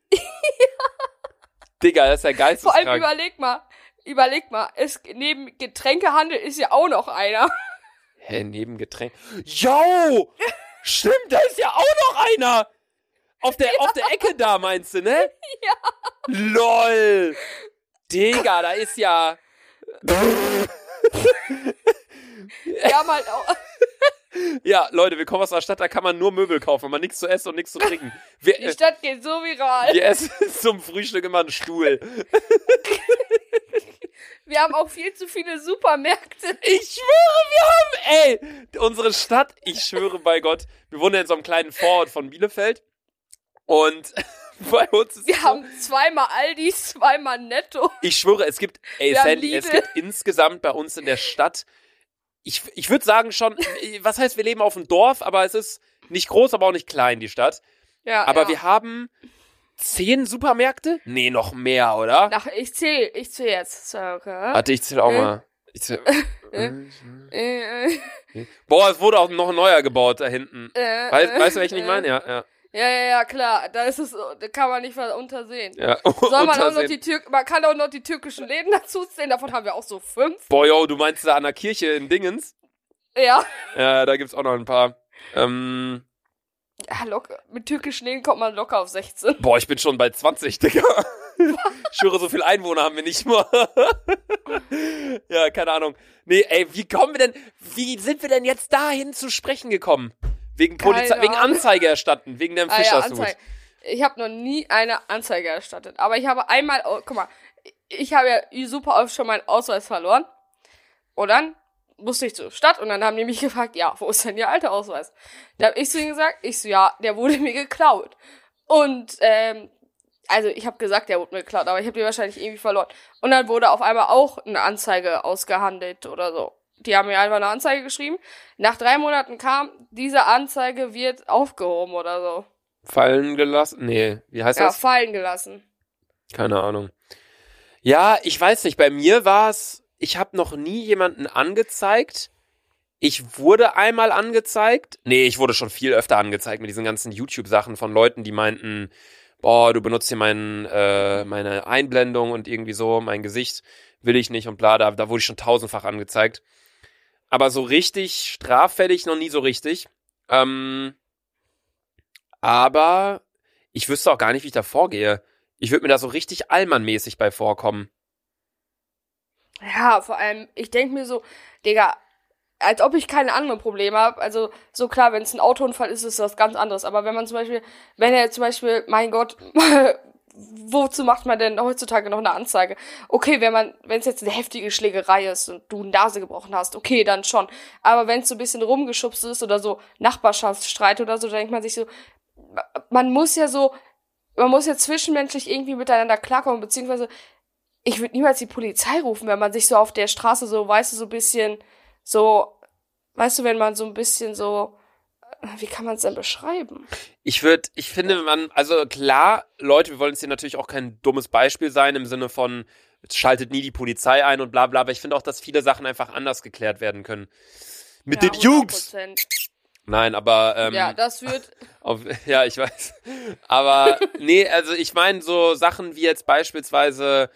[SPEAKER 1] Digga, das ist ja
[SPEAKER 2] Vor allem
[SPEAKER 1] geisteskrank.
[SPEAKER 2] überleg mal, überleg mal, es, neben Getränkehandel ist ja auch noch einer.
[SPEAKER 1] Hä, neben Getränk. Yo! Stimmt, da ist ja auch noch einer! Auf der, auf der Ecke da, meinst du, ne?
[SPEAKER 2] Ja.
[SPEAKER 1] LOL! Digga, da ist ja...
[SPEAKER 2] Wir haben halt auch,
[SPEAKER 1] Ja, Leute, wir kommen aus einer Stadt, da kann man nur Möbel kaufen, aber nichts zu essen und nichts zu trinken. Wir,
[SPEAKER 2] die
[SPEAKER 1] äh,
[SPEAKER 2] Stadt geht so viral.
[SPEAKER 1] wir essen zum Frühstück immer einen Stuhl.
[SPEAKER 2] Wir haben auch viel zu viele Supermärkte.
[SPEAKER 1] Ich schwöre, wir haben, ey, unsere Stadt, ich schwöre bei Gott, wir wohnen in so einem kleinen Vorort von Bielefeld und bei uns ist
[SPEAKER 2] Wir
[SPEAKER 1] so,
[SPEAKER 2] haben zweimal Aldi, zweimal Netto.
[SPEAKER 1] ich schwöre, es gibt, ey,
[SPEAKER 2] Wir haben
[SPEAKER 1] Sandy, es
[SPEAKER 2] Lidl.
[SPEAKER 1] gibt insgesamt bei uns in der Stadt, ich, ich würde sagen schon, was heißt, wir leben auf dem Dorf, aber es ist nicht groß, aber auch nicht klein, die Stadt.
[SPEAKER 2] Ja,
[SPEAKER 1] Aber
[SPEAKER 2] ja.
[SPEAKER 1] wir haben zehn Supermärkte? Nee, noch mehr, oder?
[SPEAKER 2] Nach, ich zähl, ich zähl jetzt. So, okay.
[SPEAKER 1] Warte, ich zähl auch
[SPEAKER 2] Äh.
[SPEAKER 1] mal. Ich zähl,
[SPEAKER 2] Äh. Äh, äh,
[SPEAKER 1] Boah, es wurde auch noch ein neuer gebaut da hinten.
[SPEAKER 2] äh,
[SPEAKER 1] Weißt,
[SPEAKER 2] äh,
[SPEAKER 1] weißt du, welchen ich
[SPEAKER 2] äh.
[SPEAKER 1] meine? Ja, ja.
[SPEAKER 2] Ja, ja, ja, klar. Da ist es, so- da kann man nicht was untersehen.
[SPEAKER 1] ja.
[SPEAKER 2] Soll man auch noch
[SPEAKER 1] Untersehen.
[SPEAKER 2] die Tür, man kann auch noch die türkischen Läden dazu zählen, davon haben wir auch so fünf.
[SPEAKER 1] Boah, yo, du meinst da an der Kirche in Dingens?
[SPEAKER 2] Ja.
[SPEAKER 1] Ja, da gibt's auch noch ein paar. Ähm,
[SPEAKER 2] Ja, locker. Mit türkischen Läden kommt man locker auf sechzehn.
[SPEAKER 1] boah, ich bin schon bei zwanzig, Digga. Ich schwöre, so viel Einwohner haben wir nicht mal. Ja, keine Ahnung. Nee, ey, wie kommen wir denn, wie sind wir denn jetzt dahin zu sprechen gekommen? Wegen Polizei,
[SPEAKER 2] Keine
[SPEAKER 1] wegen
[SPEAKER 2] Ahnung.
[SPEAKER 1] Anzeige erstatten, wegen dem
[SPEAKER 2] Ah ja,
[SPEAKER 1] Fischersud.
[SPEAKER 2] Anzeige. Ich habe noch nie eine Anzeige erstattet. Aber ich habe einmal, oh, guck mal, ich habe ja super oft schon meinen Ausweis verloren. Und dann musste ich zur Stadt und dann haben die mich gefragt, ja, wo ist denn Ihr alter Ausweis? Da habe ich zu ihnen gesagt, ich so, ja, der wurde mir geklaut. Und, ähm, also ich habe gesagt, der wurde mir geklaut, aber ich habe den wahrscheinlich irgendwie verloren. Und dann wurde auf einmal auch eine Anzeige ausgehandelt oder so. Die haben mir einfach eine Anzeige geschrieben. Nach drei Monaten kam, diese Anzeige wird aufgehoben oder so.
[SPEAKER 1] Fallen gelassen? Nee, wie heißt
[SPEAKER 2] Ja,
[SPEAKER 1] das?
[SPEAKER 2] fallen gelassen.
[SPEAKER 1] Keine Ahnung. Ja, ich weiß nicht, bei mir war es, ich habe noch nie jemanden angezeigt. Ich wurde einmal angezeigt. Nee, ich wurde schon viel öfter angezeigt mit diesen ganzen YouTube-Sachen von Leuten, die meinten, boah, du benutzt hier mein, äh, meine Einblendung und irgendwie so, mein Gesicht will ich nicht und bla, da, da wurde ich schon tausendfach angezeigt. Aber so richtig straffällig noch nie so richtig. Ähm, aber ich wüsste auch gar nicht, wie ich da vorgehe. Ich würde mir da so richtig Allmann-mäßig bei vorkommen.
[SPEAKER 2] Ja, vor allem, ich denk mir so, Digga, als ob ich keine anderen Probleme habe. Also, so klar, wenn es ein Autounfall ist, ist das ganz anderes. Aber wenn man zum Beispiel, wenn er zum Beispiel, mein Gott, wozu macht man denn heutzutage noch eine Anzeige? Okay, wenn man, wenn es jetzt eine heftige Schlägerei ist und du eine Nase gebrochen hast, okay, dann schon. Aber wenn es so ein bisschen rumgeschubst ist oder so Nachbarschaftsstreit oder so, dann denkt man sich so, man muss ja so, man muss ja zwischenmenschlich irgendwie miteinander klarkommen, beziehungsweise ich würde niemals die Polizei rufen, wenn man sich so auf der Straße so, weißt du, so ein bisschen so, weißt du, wenn man so ein bisschen so, wie kann man es denn beschreiben?
[SPEAKER 1] Ich würde, ich finde, man, also klar, Leute, wir wollen jetzt hier natürlich auch kein dummes Beispiel sein im Sinne von, schaltet nie die Polizei ein und bla bla, aber ich finde auch, dass viele Sachen einfach anders geklärt werden können. Mit
[SPEAKER 2] Ja,
[SPEAKER 1] den Jungs!
[SPEAKER 2] hundert Prozent.
[SPEAKER 1] Nein, aber, ähm,
[SPEAKER 2] Ja, das wird,
[SPEAKER 1] auf, ja, ich weiß. Aber, nee, also ich meine, so Sachen wie jetzt beispielsweise,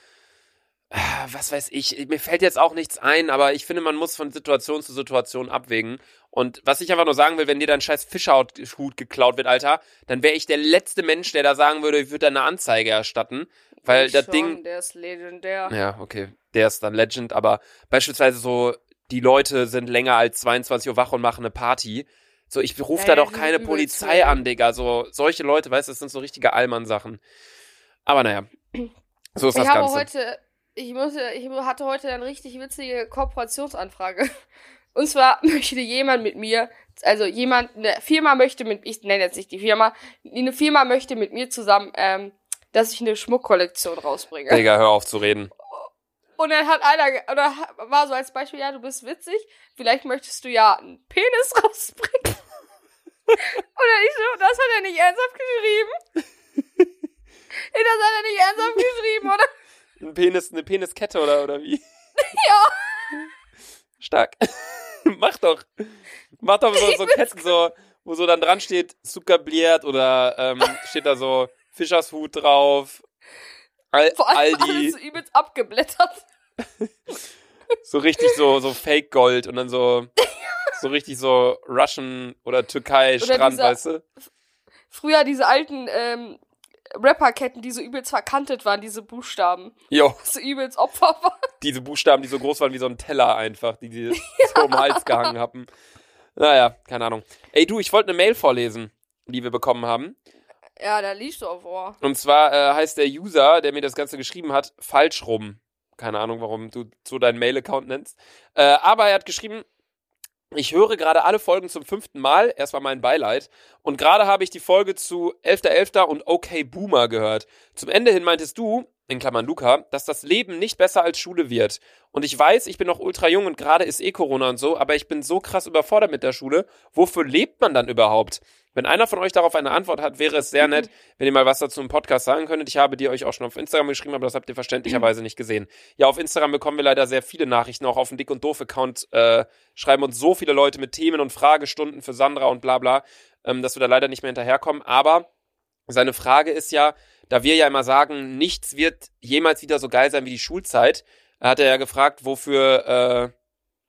[SPEAKER 1] was weiß ich, mir fällt jetzt auch nichts ein, aber ich finde, man muss von Situation zu Situation abwägen. Und was ich einfach nur sagen will, wenn dir dein scheiß Fischhaut-Hut geklaut wird, Alter, dann wäre ich der letzte Mensch, der da sagen würde, ich würde da eine Anzeige erstatten. Weil
[SPEAKER 2] ich
[SPEAKER 1] das
[SPEAKER 2] schon,
[SPEAKER 1] Ding...
[SPEAKER 2] der ist legendär.
[SPEAKER 1] Ja, okay, der ist dann Legend, aber beispielsweise so, die Leute sind länger als zweiundzwanzig Uhr wach und machen eine Party. So, ich rufe
[SPEAKER 2] Ja,
[SPEAKER 1] da
[SPEAKER 2] ja,
[SPEAKER 1] doch
[SPEAKER 2] die
[SPEAKER 1] keine
[SPEAKER 2] sind
[SPEAKER 1] Polizei
[SPEAKER 2] übelst
[SPEAKER 1] an, Digga. So, solche Leute, weißt du, das sind so richtige Allmann-Sachen. Aber naja, so ist das
[SPEAKER 2] Ich habe
[SPEAKER 1] Ganze.
[SPEAKER 2] heute, ich musste, ich hatte heute eine richtig witzige Kooperationsanfrage. Und zwar möchte jemand mit mir, also jemand, eine Firma möchte mit, ich nenne jetzt nicht die Firma, eine Firma möchte mit mir zusammen, ähm, dass ich eine Schmuckkollektion rausbringe.
[SPEAKER 1] Digga, hör auf zu reden.
[SPEAKER 2] Und dann hat einer, ge- oder war so als Beispiel, ja, du bist witzig, vielleicht möchtest du ja einen Penis rausbringen. Und dann ich so, das hat er nicht ernsthaft geschrieben. Das hat er nicht ernsthaft geschrieben, oder?
[SPEAKER 1] Ein Penis, eine Peniskette oder, oder wie?
[SPEAKER 2] Ja.
[SPEAKER 1] Stark. Mach doch. Mach doch so, so Ketten, so, wo so dann dran steht, Zuckerbliert oder ähm, steht da so Fischershut drauf. Al
[SPEAKER 2] Vor allem
[SPEAKER 1] Aldi.
[SPEAKER 2] alles so übelst abgeblättert.
[SPEAKER 1] So richtig so, so Fake Gold und dann so, so richtig so Russian oder Türkei
[SPEAKER 2] Oder
[SPEAKER 1] Strand,
[SPEAKER 2] dieser-
[SPEAKER 1] weißt du?
[SPEAKER 2] Früher diese alten ähm, Rapperketten, die so übelst verkantet waren, diese Buchstaben.
[SPEAKER 1] Jo,
[SPEAKER 2] So übelst Opfer waren.
[SPEAKER 1] diese Buchstaben, die so groß waren wie so ein Teller einfach, die die so um den Hals gehangen haben. Naja, keine Ahnung. Ey du, ich wollte eine Mail vorlesen, die wir bekommen haben.
[SPEAKER 2] Ja, da liest du auf Ohr.
[SPEAKER 1] Und zwar äh, heißt der User, der mir das Ganze geschrieben hat, falsch rum. Keine Ahnung, warum du so deinen Mail-Account nennst. Äh, aber er hat geschrieben, ich höre gerade alle Folgen zum fünften Mal. Erstmal mein Beileid. Und gerade habe ich die Folge zu elfter elfter und Okay Boomer gehört. Zum Ende hin meintest du, in Klammern Luca, dass das Leben nicht besser als Schule wird. Und ich weiß, ich bin noch ultra jung und gerade ist eh Corona und so, aber ich bin so krass überfordert mit der Schule. Wofür lebt man dann überhaupt? Wenn einer von euch darauf eine Antwort hat, wäre es sehr nett, wenn ihr mal was dazu im Podcast sagen könntet. Ich habe dir euch auch schon auf Instagram geschrieben, aber das habt ihr verständlicherweise nicht gesehen. Ja, auf Instagram bekommen wir leider sehr viele Nachrichten, auch auf dem Dick- und Doof-Account äh, schreiben uns so viele Leute mit Themen und Fragestunden für Sandra und bla bla, ähm, dass wir da leider nicht mehr hinterherkommen. Aber seine Frage ist ja, da wir ja immer sagen, nichts wird jemals wieder so geil sein wie die Schulzeit, hat er ja gefragt, wofür, äh,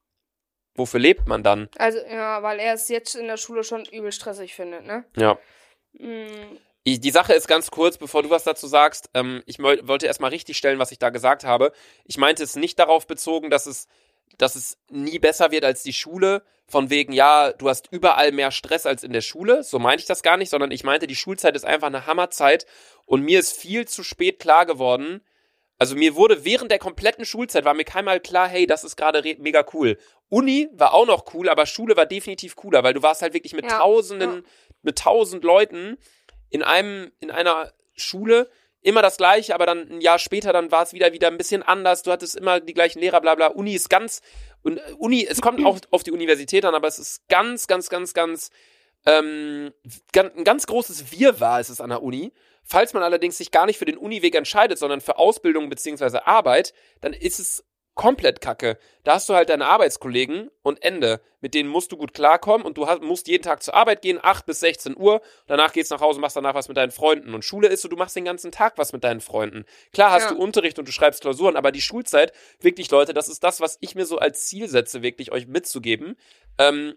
[SPEAKER 1] wofür lebt man dann?
[SPEAKER 2] Also, ja, weil er es jetzt in der Schule schon übel stressig findet, ne?
[SPEAKER 1] Ja.
[SPEAKER 2] Mm,
[SPEAKER 1] Die die Sache ist ganz kurz, bevor du was dazu sagst, ähm, ich mo- wollte erstmal richtig stellen, was ich da gesagt habe. Ich meinte es nicht darauf bezogen, dass es, dass es nie besser wird als die Schule, von wegen, ja, du hast überall mehr Stress als in der Schule, so meinte ich das gar nicht, sondern ich meinte, die Schulzeit ist einfach eine Hammerzeit und mir ist viel zu spät klar geworden, also mir wurde während der kompletten Schulzeit, war mir keinmal klar, hey, das ist gerade re- mega cool. Uni war auch noch cool, aber Schule war definitiv cooler, weil du warst halt wirklich mit
[SPEAKER 2] Ja,
[SPEAKER 1] tausenden,
[SPEAKER 2] ja.
[SPEAKER 1] mit tausend Leuten in einem, in einer Schule, immer das Gleiche, aber dann ein Jahr später, dann war es wieder, wieder ein bisschen anders, du hattest immer die gleichen Lehrer, bla bla. Uni ist ganz, und äh, Uni, es kommt auch auf die Universität an, aber es ist ganz, ganz, ganz, ganz, ähm, ganz, ein ganz großes Wirrwarr ist es an der Uni, Falls man allerdings sich gar nicht für den Uniweg entscheidet, sondern für Ausbildung beziehungsweise Arbeit, dann ist es komplett kacke. Da hast du halt deine Arbeitskollegen und Ende. Mit denen musst du gut klarkommen und du hast, musst jeden Tag zur Arbeit gehen, acht bis sechzehn Uhr. Danach gehst du nach Hause, machst danach was mit deinen Freunden. Und Schule ist so, du machst den ganzen Tag was mit deinen Freunden. Klar hast
[SPEAKER 2] Ja.
[SPEAKER 1] du Unterricht und du schreibst Klausuren, aber die Schulzeit, wirklich Leute, das ist das, was ich mir so als Ziel setze, wirklich euch mitzugeben. Ähm,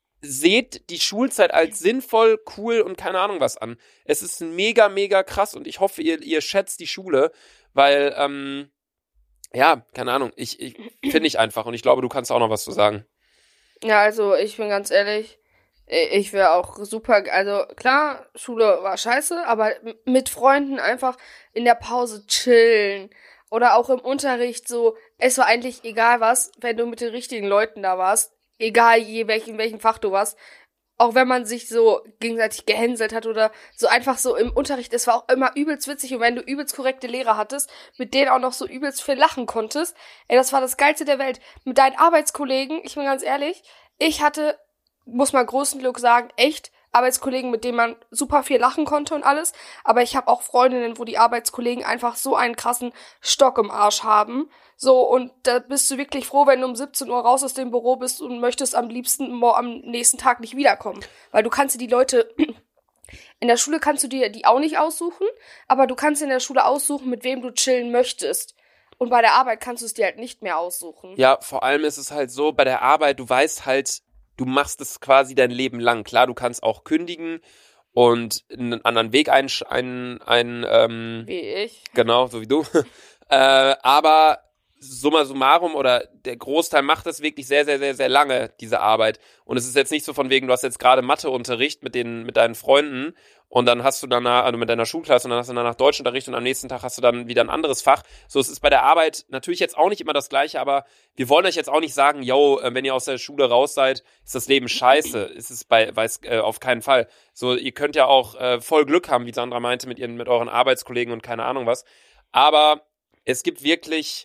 [SPEAKER 1] seht die Schulzeit als sinnvoll, cool und keine Ahnung was an. Es ist mega, mega krass und ich hoffe, ihr, ihr schätzt die Schule, weil, ähm, ja, keine Ahnung, ich, ich finde ich einfach und ich glaube, du kannst auch noch was zu sagen.
[SPEAKER 2] Ja, also ich bin ganz ehrlich, ich wäre auch super, also klar, Schule war scheiße, aber m- mit Freunden einfach in der Pause chillen oder auch im Unterricht so, es war eigentlich egal was, wenn du mit den richtigen Leuten da warst, egal je welchen, welchen Fach du warst, auch wenn man sich so gegenseitig gehänselt hat oder so einfach so im Unterricht, es war auch immer übelst witzig und wenn du übelst korrekte Lehrer hattest, mit denen auch noch so übelst viel lachen konntest, ey, das war das Geilste der Welt. Mit deinen Arbeitskollegen, ich bin ganz ehrlich, ich hatte, muss man großen Glück sagen, echt Arbeitskollegen, mit denen man super viel lachen konnte und alles, aber ich habe auch Freundinnen, wo die Arbeitskollegen einfach so einen krassen Stock im Arsch haben, so, und da bist du wirklich froh, wenn du um siebzehn Uhr raus aus dem Büro bist und möchtest am liebsten mo- am nächsten Tag nicht wiederkommen, weil du kannst dir die Leute, in der Schule kannst du dir die auch nicht aussuchen, aber du kannst in der Schule aussuchen, mit wem du chillen möchtest. Und bei der Arbeit kannst du es dir halt nicht mehr aussuchen.
[SPEAKER 1] Ja, vor allem ist es halt so, bei der Arbeit, du weißt halt, du machst es quasi dein Leben lang. Klar, du kannst auch kündigen und einen anderen Weg ein, ein, ein ähm,
[SPEAKER 2] Wie ich.
[SPEAKER 1] genau, so wie du. äh, aber summa summarum oder der Großteil macht das wirklich sehr, sehr, sehr, sehr lange, diese Arbeit. Und es ist jetzt nicht so von wegen, du hast jetzt gerade Matheunterricht mit den, mit deinen Freunden und dann hast du danach, also mit deiner Schulklasse und dann hast du danach Deutschunterricht und am nächsten Tag hast du dann wieder ein anderes Fach. So, es ist bei der Arbeit natürlich jetzt auch nicht immer das Gleiche, aber wir wollen euch jetzt auch nicht sagen, yo, wenn ihr aus der Schule raus seid, ist das Leben scheiße. Ist es bei, weiß, äh, auf keinen Fall. So, ihr könnt ja auch äh, voll Glück haben, wie Sandra meinte, mit ihren, mit euren Arbeitskollegen und keine Ahnung was. Aber es gibt wirklich,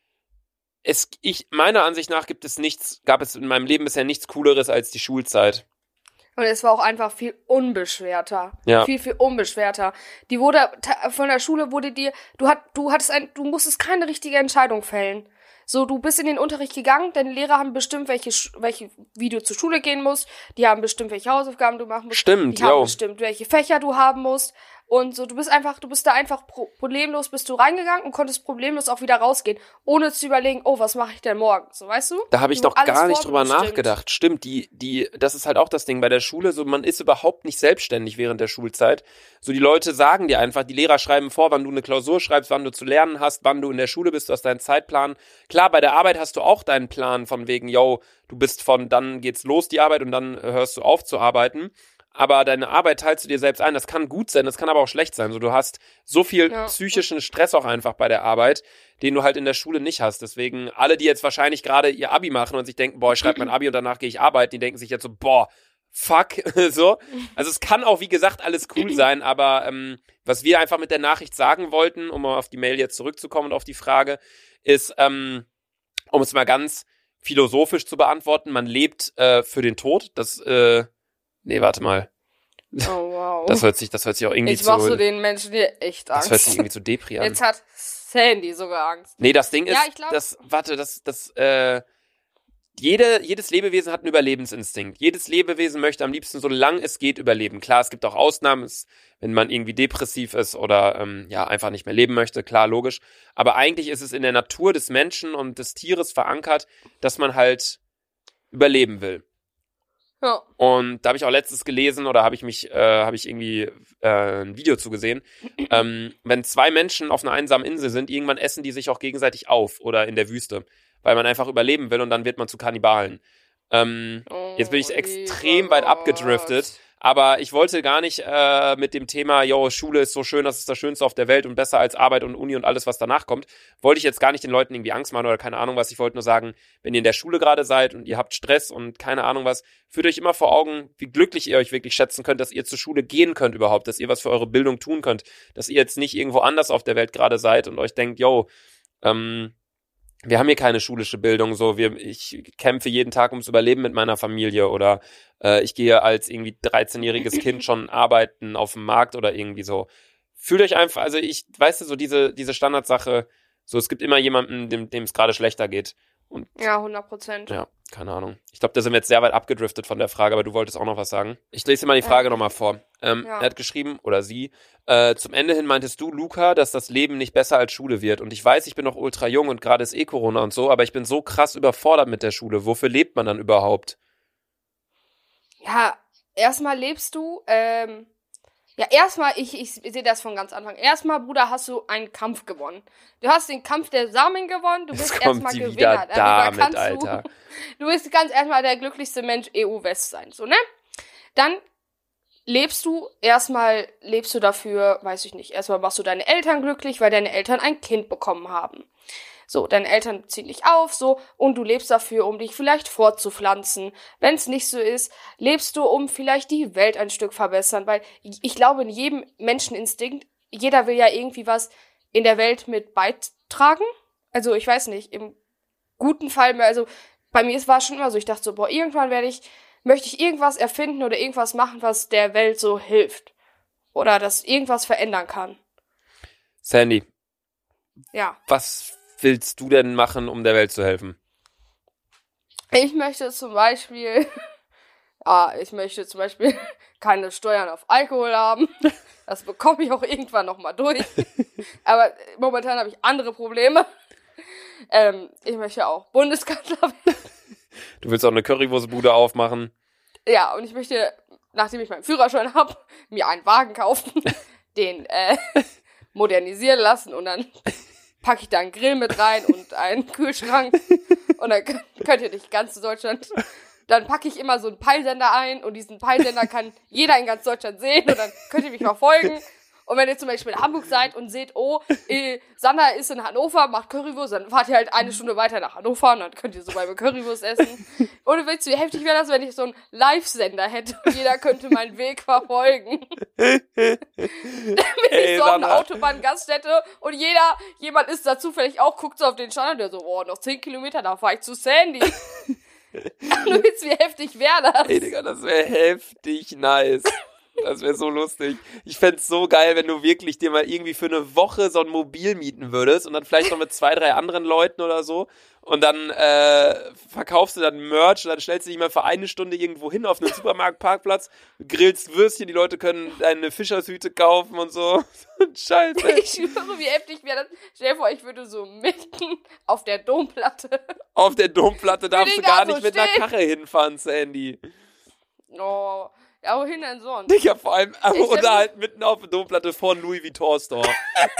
[SPEAKER 1] es, ich, meiner Ansicht nach gibt es nichts, gab es in meinem Leben bisher nichts Cooleres als die Schulzeit.
[SPEAKER 2] Und es war auch einfach viel unbeschwerter.
[SPEAKER 1] Ja.
[SPEAKER 2] Viel, viel unbeschwerter. Die wurde, ta- von der Schule wurde dir, du hat, du hattest ein, du musstest keine richtige Entscheidung fällen. So, du bist in den Unterricht gegangen, deine Lehrer haben bestimmt, welche, Sch- welche, wie du zur Schule gehen musst, die haben bestimmt, welche Hausaufgaben du machen musst.
[SPEAKER 1] Stimmt,
[SPEAKER 2] Die haben
[SPEAKER 1] jo.
[SPEAKER 2] bestimmt, welche Fächer du haben musst. Und so, du bist einfach, du bist da einfach pro- problemlos, bist du reingegangen und konntest problemlos auch wieder rausgehen, ohne zu überlegen, oh, was mache ich denn morgen? So, weißt du?
[SPEAKER 1] Da habe ich
[SPEAKER 2] Dir
[SPEAKER 1] doch
[SPEAKER 2] wurde alles
[SPEAKER 1] gar nicht drüber
[SPEAKER 2] vorbestimmt.
[SPEAKER 1] nachgedacht. Stimmt, die, die, das ist halt auch das Ding bei der Schule, so man ist überhaupt nicht selbstständig während der Schulzeit. So die Leute sagen dir einfach, die Lehrer schreiben vor, wann du eine Klausur schreibst, wann du zu lernen hast, wann du in der Schule bist, du hast deinen Zeitplan. Klar, bei der Arbeit hast du auch deinen Plan von wegen, yo, du bist von, dann geht's los die Arbeit und dann hörst du auf zu arbeiten. Aber deine Arbeit teilst du dir selbst ein. Das kann gut sein, das kann aber auch schlecht sein. So, du hast so viel
[SPEAKER 2] Ja.
[SPEAKER 1] psychischen Stress auch einfach bei der Arbeit, den du halt in der Schule nicht hast. Deswegen, alle, die jetzt wahrscheinlich gerade ihr Abi machen und sich denken, boah, ich schreibe mein Abi und danach gehe ich arbeiten, die denken sich jetzt so, boah, fuck, so. Also es kann auch, wie gesagt, alles cool sein, aber ähm, was wir einfach mit der Nachricht sagen wollten, um mal auf die Mail jetzt zurückzukommen und auf die Frage, ist, ähm, um es mal ganz philosophisch zu beantworten, man lebt äh, für den Tod. Das, äh, nee, warte mal.
[SPEAKER 2] Oh, wow.
[SPEAKER 1] Das hört sich, das hört sich auch irgendwie
[SPEAKER 2] Ich mach
[SPEAKER 1] zu,
[SPEAKER 2] so den Menschen hier echt Angst.
[SPEAKER 1] das hört sich irgendwie zu Depri an.
[SPEAKER 2] Jetzt hat Sandy sogar Angst.
[SPEAKER 1] Nee, das Ding ist,
[SPEAKER 2] Ja, ich glaub-
[SPEAKER 1] das, warte, das, das, äh, jede, jedes Lebewesen hat einen Überlebensinstinkt. Jedes Lebewesen möchte am liebsten, solange es geht, überleben. Klar, es gibt auch Ausnahmen, es, wenn man irgendwie depressiv ist oder ähm, ja einfach nicht mehr leben möchte, klar, logisch. Aber eigentlich ist es in der Natur des Menschen und des Tieres verankert, dass man halt überleben will.
[SPEAKER 2] Ja.
[SPEAKER 1] Und da habe ich auch letztens gelesen oder habe ich mich, äh, habe ich irgendwie äh, ein Video zugesehen. ähm, wenn zwei Menschen auf einer einsamen Insel sind, irgendwann essen die sich auch gegenseitig auf oder in der Wüste, weil man einfach überleben will und dann wird man zu Kannibalen. Ähm,
[SPEAKER 2] Oh,
[SPEAKER 1] jetzt bin ich
[SPEAKER 2] lieber
[SPEAKER 1] extrem weit
[SPEAKER 2] Gott.
[SPEAKER 1] abgedriftet, aber ich wollte gar nicht äh, mit dem Thema, yo, Schule ist so schön, das ist das Schönste auf der Welt und besser als Arbeit und Uni und alles, was danach kommt, wollte ich jetzt gar nicht den Leuten irgendwie Angst machen oder keine Ahnung was. Ich wollte nur sagen, wenn ihr in der Schule gerade seid und ihr habt Stress und keine Ahnung was, führt euch immer vor Augen, wie glücklich ihr euch wirklich schätzen könnt, dass ihr zur Schule gehen könnt überhaupt, dass ihr was für eure Bildung tun könnt, dass ihr jetzt nicht irgendwo anders auf der Welt gerade seid und euch denkt, yo, ähm, wir haben hier keine schulische Bildung, so, wir, ich kämpfe jeden Tag ums Überleben mit meiner Familie oder äh, ich gehe als irgendwie dreizehnjähriges Kind schon arbeiten auf dem Markt oder irgendwie so. fühlt euch einfach, also ich, weißt du, so diese, diese Standardsache, so es gibt immer jemanden, dem dem es gerade schlechter geht. Und
[SPEAKER 2] Ja, hundert Prozent.
[SPEAKER 1] ja, keine Ahnung. Ich glaube, da sind wir jetzt sehr weit abgedriftet von der Frage, aber du wolltest auch noch was sagen. Ich lese dir mal die Frage
[SPEAKER 2] Ja.
[SPEAKER 1] nochmal vor. Ähm,
[SPEAKER 2] Ja.
[SPEAKER 1] Er hat geschrieben, oder sie, äh, zum Ende hin meintest du, Luca, dass das Leben nicht besser als Schule wird. Und ich weiß, ich bin noch ultra jung und gerade ist eh Corona und so, aber ich bin so krass überfordert mit der Schule. Wofür lebt man dann überhaupt?
[SPEAKER 2] Ja, erstmal lebst du, ähm, ja, erstmal, ich, ich sehe das von ganz Anfang. Erstmal, Bruder, hast du einen Kampf gewonnen. Du hast den Kampf der Samen gewonnen, du bist
[SPEAKER 1] Jetzt kommt
[SPEAKER 2] erstmal
[SPEAKER 1] sie
[SPEAKER 2] Gewinner.
[SPEAKER 1] wieder
[SPEAKER 2] Darüber
[SPEAKER 1] damit,
[SPEAKER 2] kannst
[SPEAKER 1] Alter.
[SPEAKER 2] Du, du bist ganz erstmal der glücklichste Mensch E U-West sein, so, ne? Dann lebst du, erstmal lebst du dafür, weiß ich nicht, erstmal machst du deine Eltern glücklich, weil deine Eltern ein Kind bekommen haben. So, deine Eltern ziehen dich auf, so, und du lebst dafür, um dich vielleicht fortzupflanzen. Wenn es nicht so ist, lebst du, um vielleicht die Welt ein Stück verbessern, weil ich glaube, in jedem Menscheninstinkt, jeder will ja irgendwie was in der Welt mit beitragen. Also, ich weiß nicht, im guten Fall, also, bei mir war es schon immer so, ich dachte so, boah, irgendwann werde ich, möchte ich irgendwas erfinden oder irgendwas machen, was der Welt so hilft. Oder das irgendwas verändern kann.
[SPEAKER 1] Sandy,
[SPEAKER 2] Ja.
[SPEAKER 1] was willst du denn machen, um der Welt zu helfen?
[SPEAKER 2] Ich möchte zum Beispiel, ah, ich möchte zum Beispiel keine Steuern auf Alkohol haben. Das bekomme ich auch irgendwann nochmal durch. Aber momentan habe ich andere Probleme. Ähm, ich möchte auch Bundeskanzler werden.
[SPEAKER 1] Du willst auch eine Currywurstbude aufmachen?
[SPEAKER 2] Ja, und ich möchte, nachdem ich meinen Führerschein habe, mir einen Wagen kaufen, den äh, modernisieren lassen und dann packe ich da einen Grill mit rein und einen Kühlschrank und dann könnt, könnt ihr nicht ganz Deutschland, dann packe ich immer so einen Peilsender ein und diesen Peilsender kann jeder in ganz Deutschland sehen und dann könnt ihr mich verfolgen. Und wenn ihr zum Beispiel in Hamburg seid und seht, oh, äh, Sandra ist in Hannover, macht Currywurst, dann fahrt ihr halt eine Stunde weiter nach Hannover und dann könnt ihr so bei mir Currywurst essen. Oder willst du, wie heftig wäre das, wenn ich so einen Live-Sender hätte und jeder könnte meinen Weg verfolgen. Wenn
[SPEAKER 1] Ey,
[SPEAKER 2] ich so auf einer
[SPEAKER 1] Sandra.
[SPEAKER 2] Autobahn-Gaststätte und jeder, jemand ist da zufällig auch, guckt so auf den Standard, der so, oh, noch zehn Kilometer, da fahr ich zu Sandy. Du willst, wie heftig wäre das?
[SPEAKER 1] Ey, Digga, das wäre heftig nice. Das wäre so lustig. Ich fänd's so geil, wenn du wirklich dir mal irgendwie für eine Woche so ein Mobil mieten würdest und dann vielleicht noch mit zwei, drei anderen Leuten oder so und dann äh, verkaufst du dann Merch und dann stellst du dich mal für eine Stunde irgendwo hin auf einen Supermarktparkplatz, grillst Würstchen, die Leute können deine Fischershüte kaufen und so. Scheiße.
[SPEAKER 2] Ich schwöre, wie heftig wäre das. Stell dir vor, ich würde so mitten auf der Domplatte.
[SPEAKER 1] Auf der Domplatte darfst du
[SPEAKER 2] Digga,
[SPEAKER 1] gar
[SPEAKER 2] so
[SPEAKER 1] nicht mit einer
[SPEAKER 2] stehen.
[SPEAKER 1] Karre hinfahren, Sandy.
[SPEAKER 2] Oh, ja, wohin denn sonst?
[SPEAKER 1] Digga, vor allem,
[SPEAKER 2] Ich
[SPEAKER 1] oder
[SPEAKER 2] stell-
[SPEAKER 1] halt mitten auf der Domplatte vor einem Louis Vuitton Store.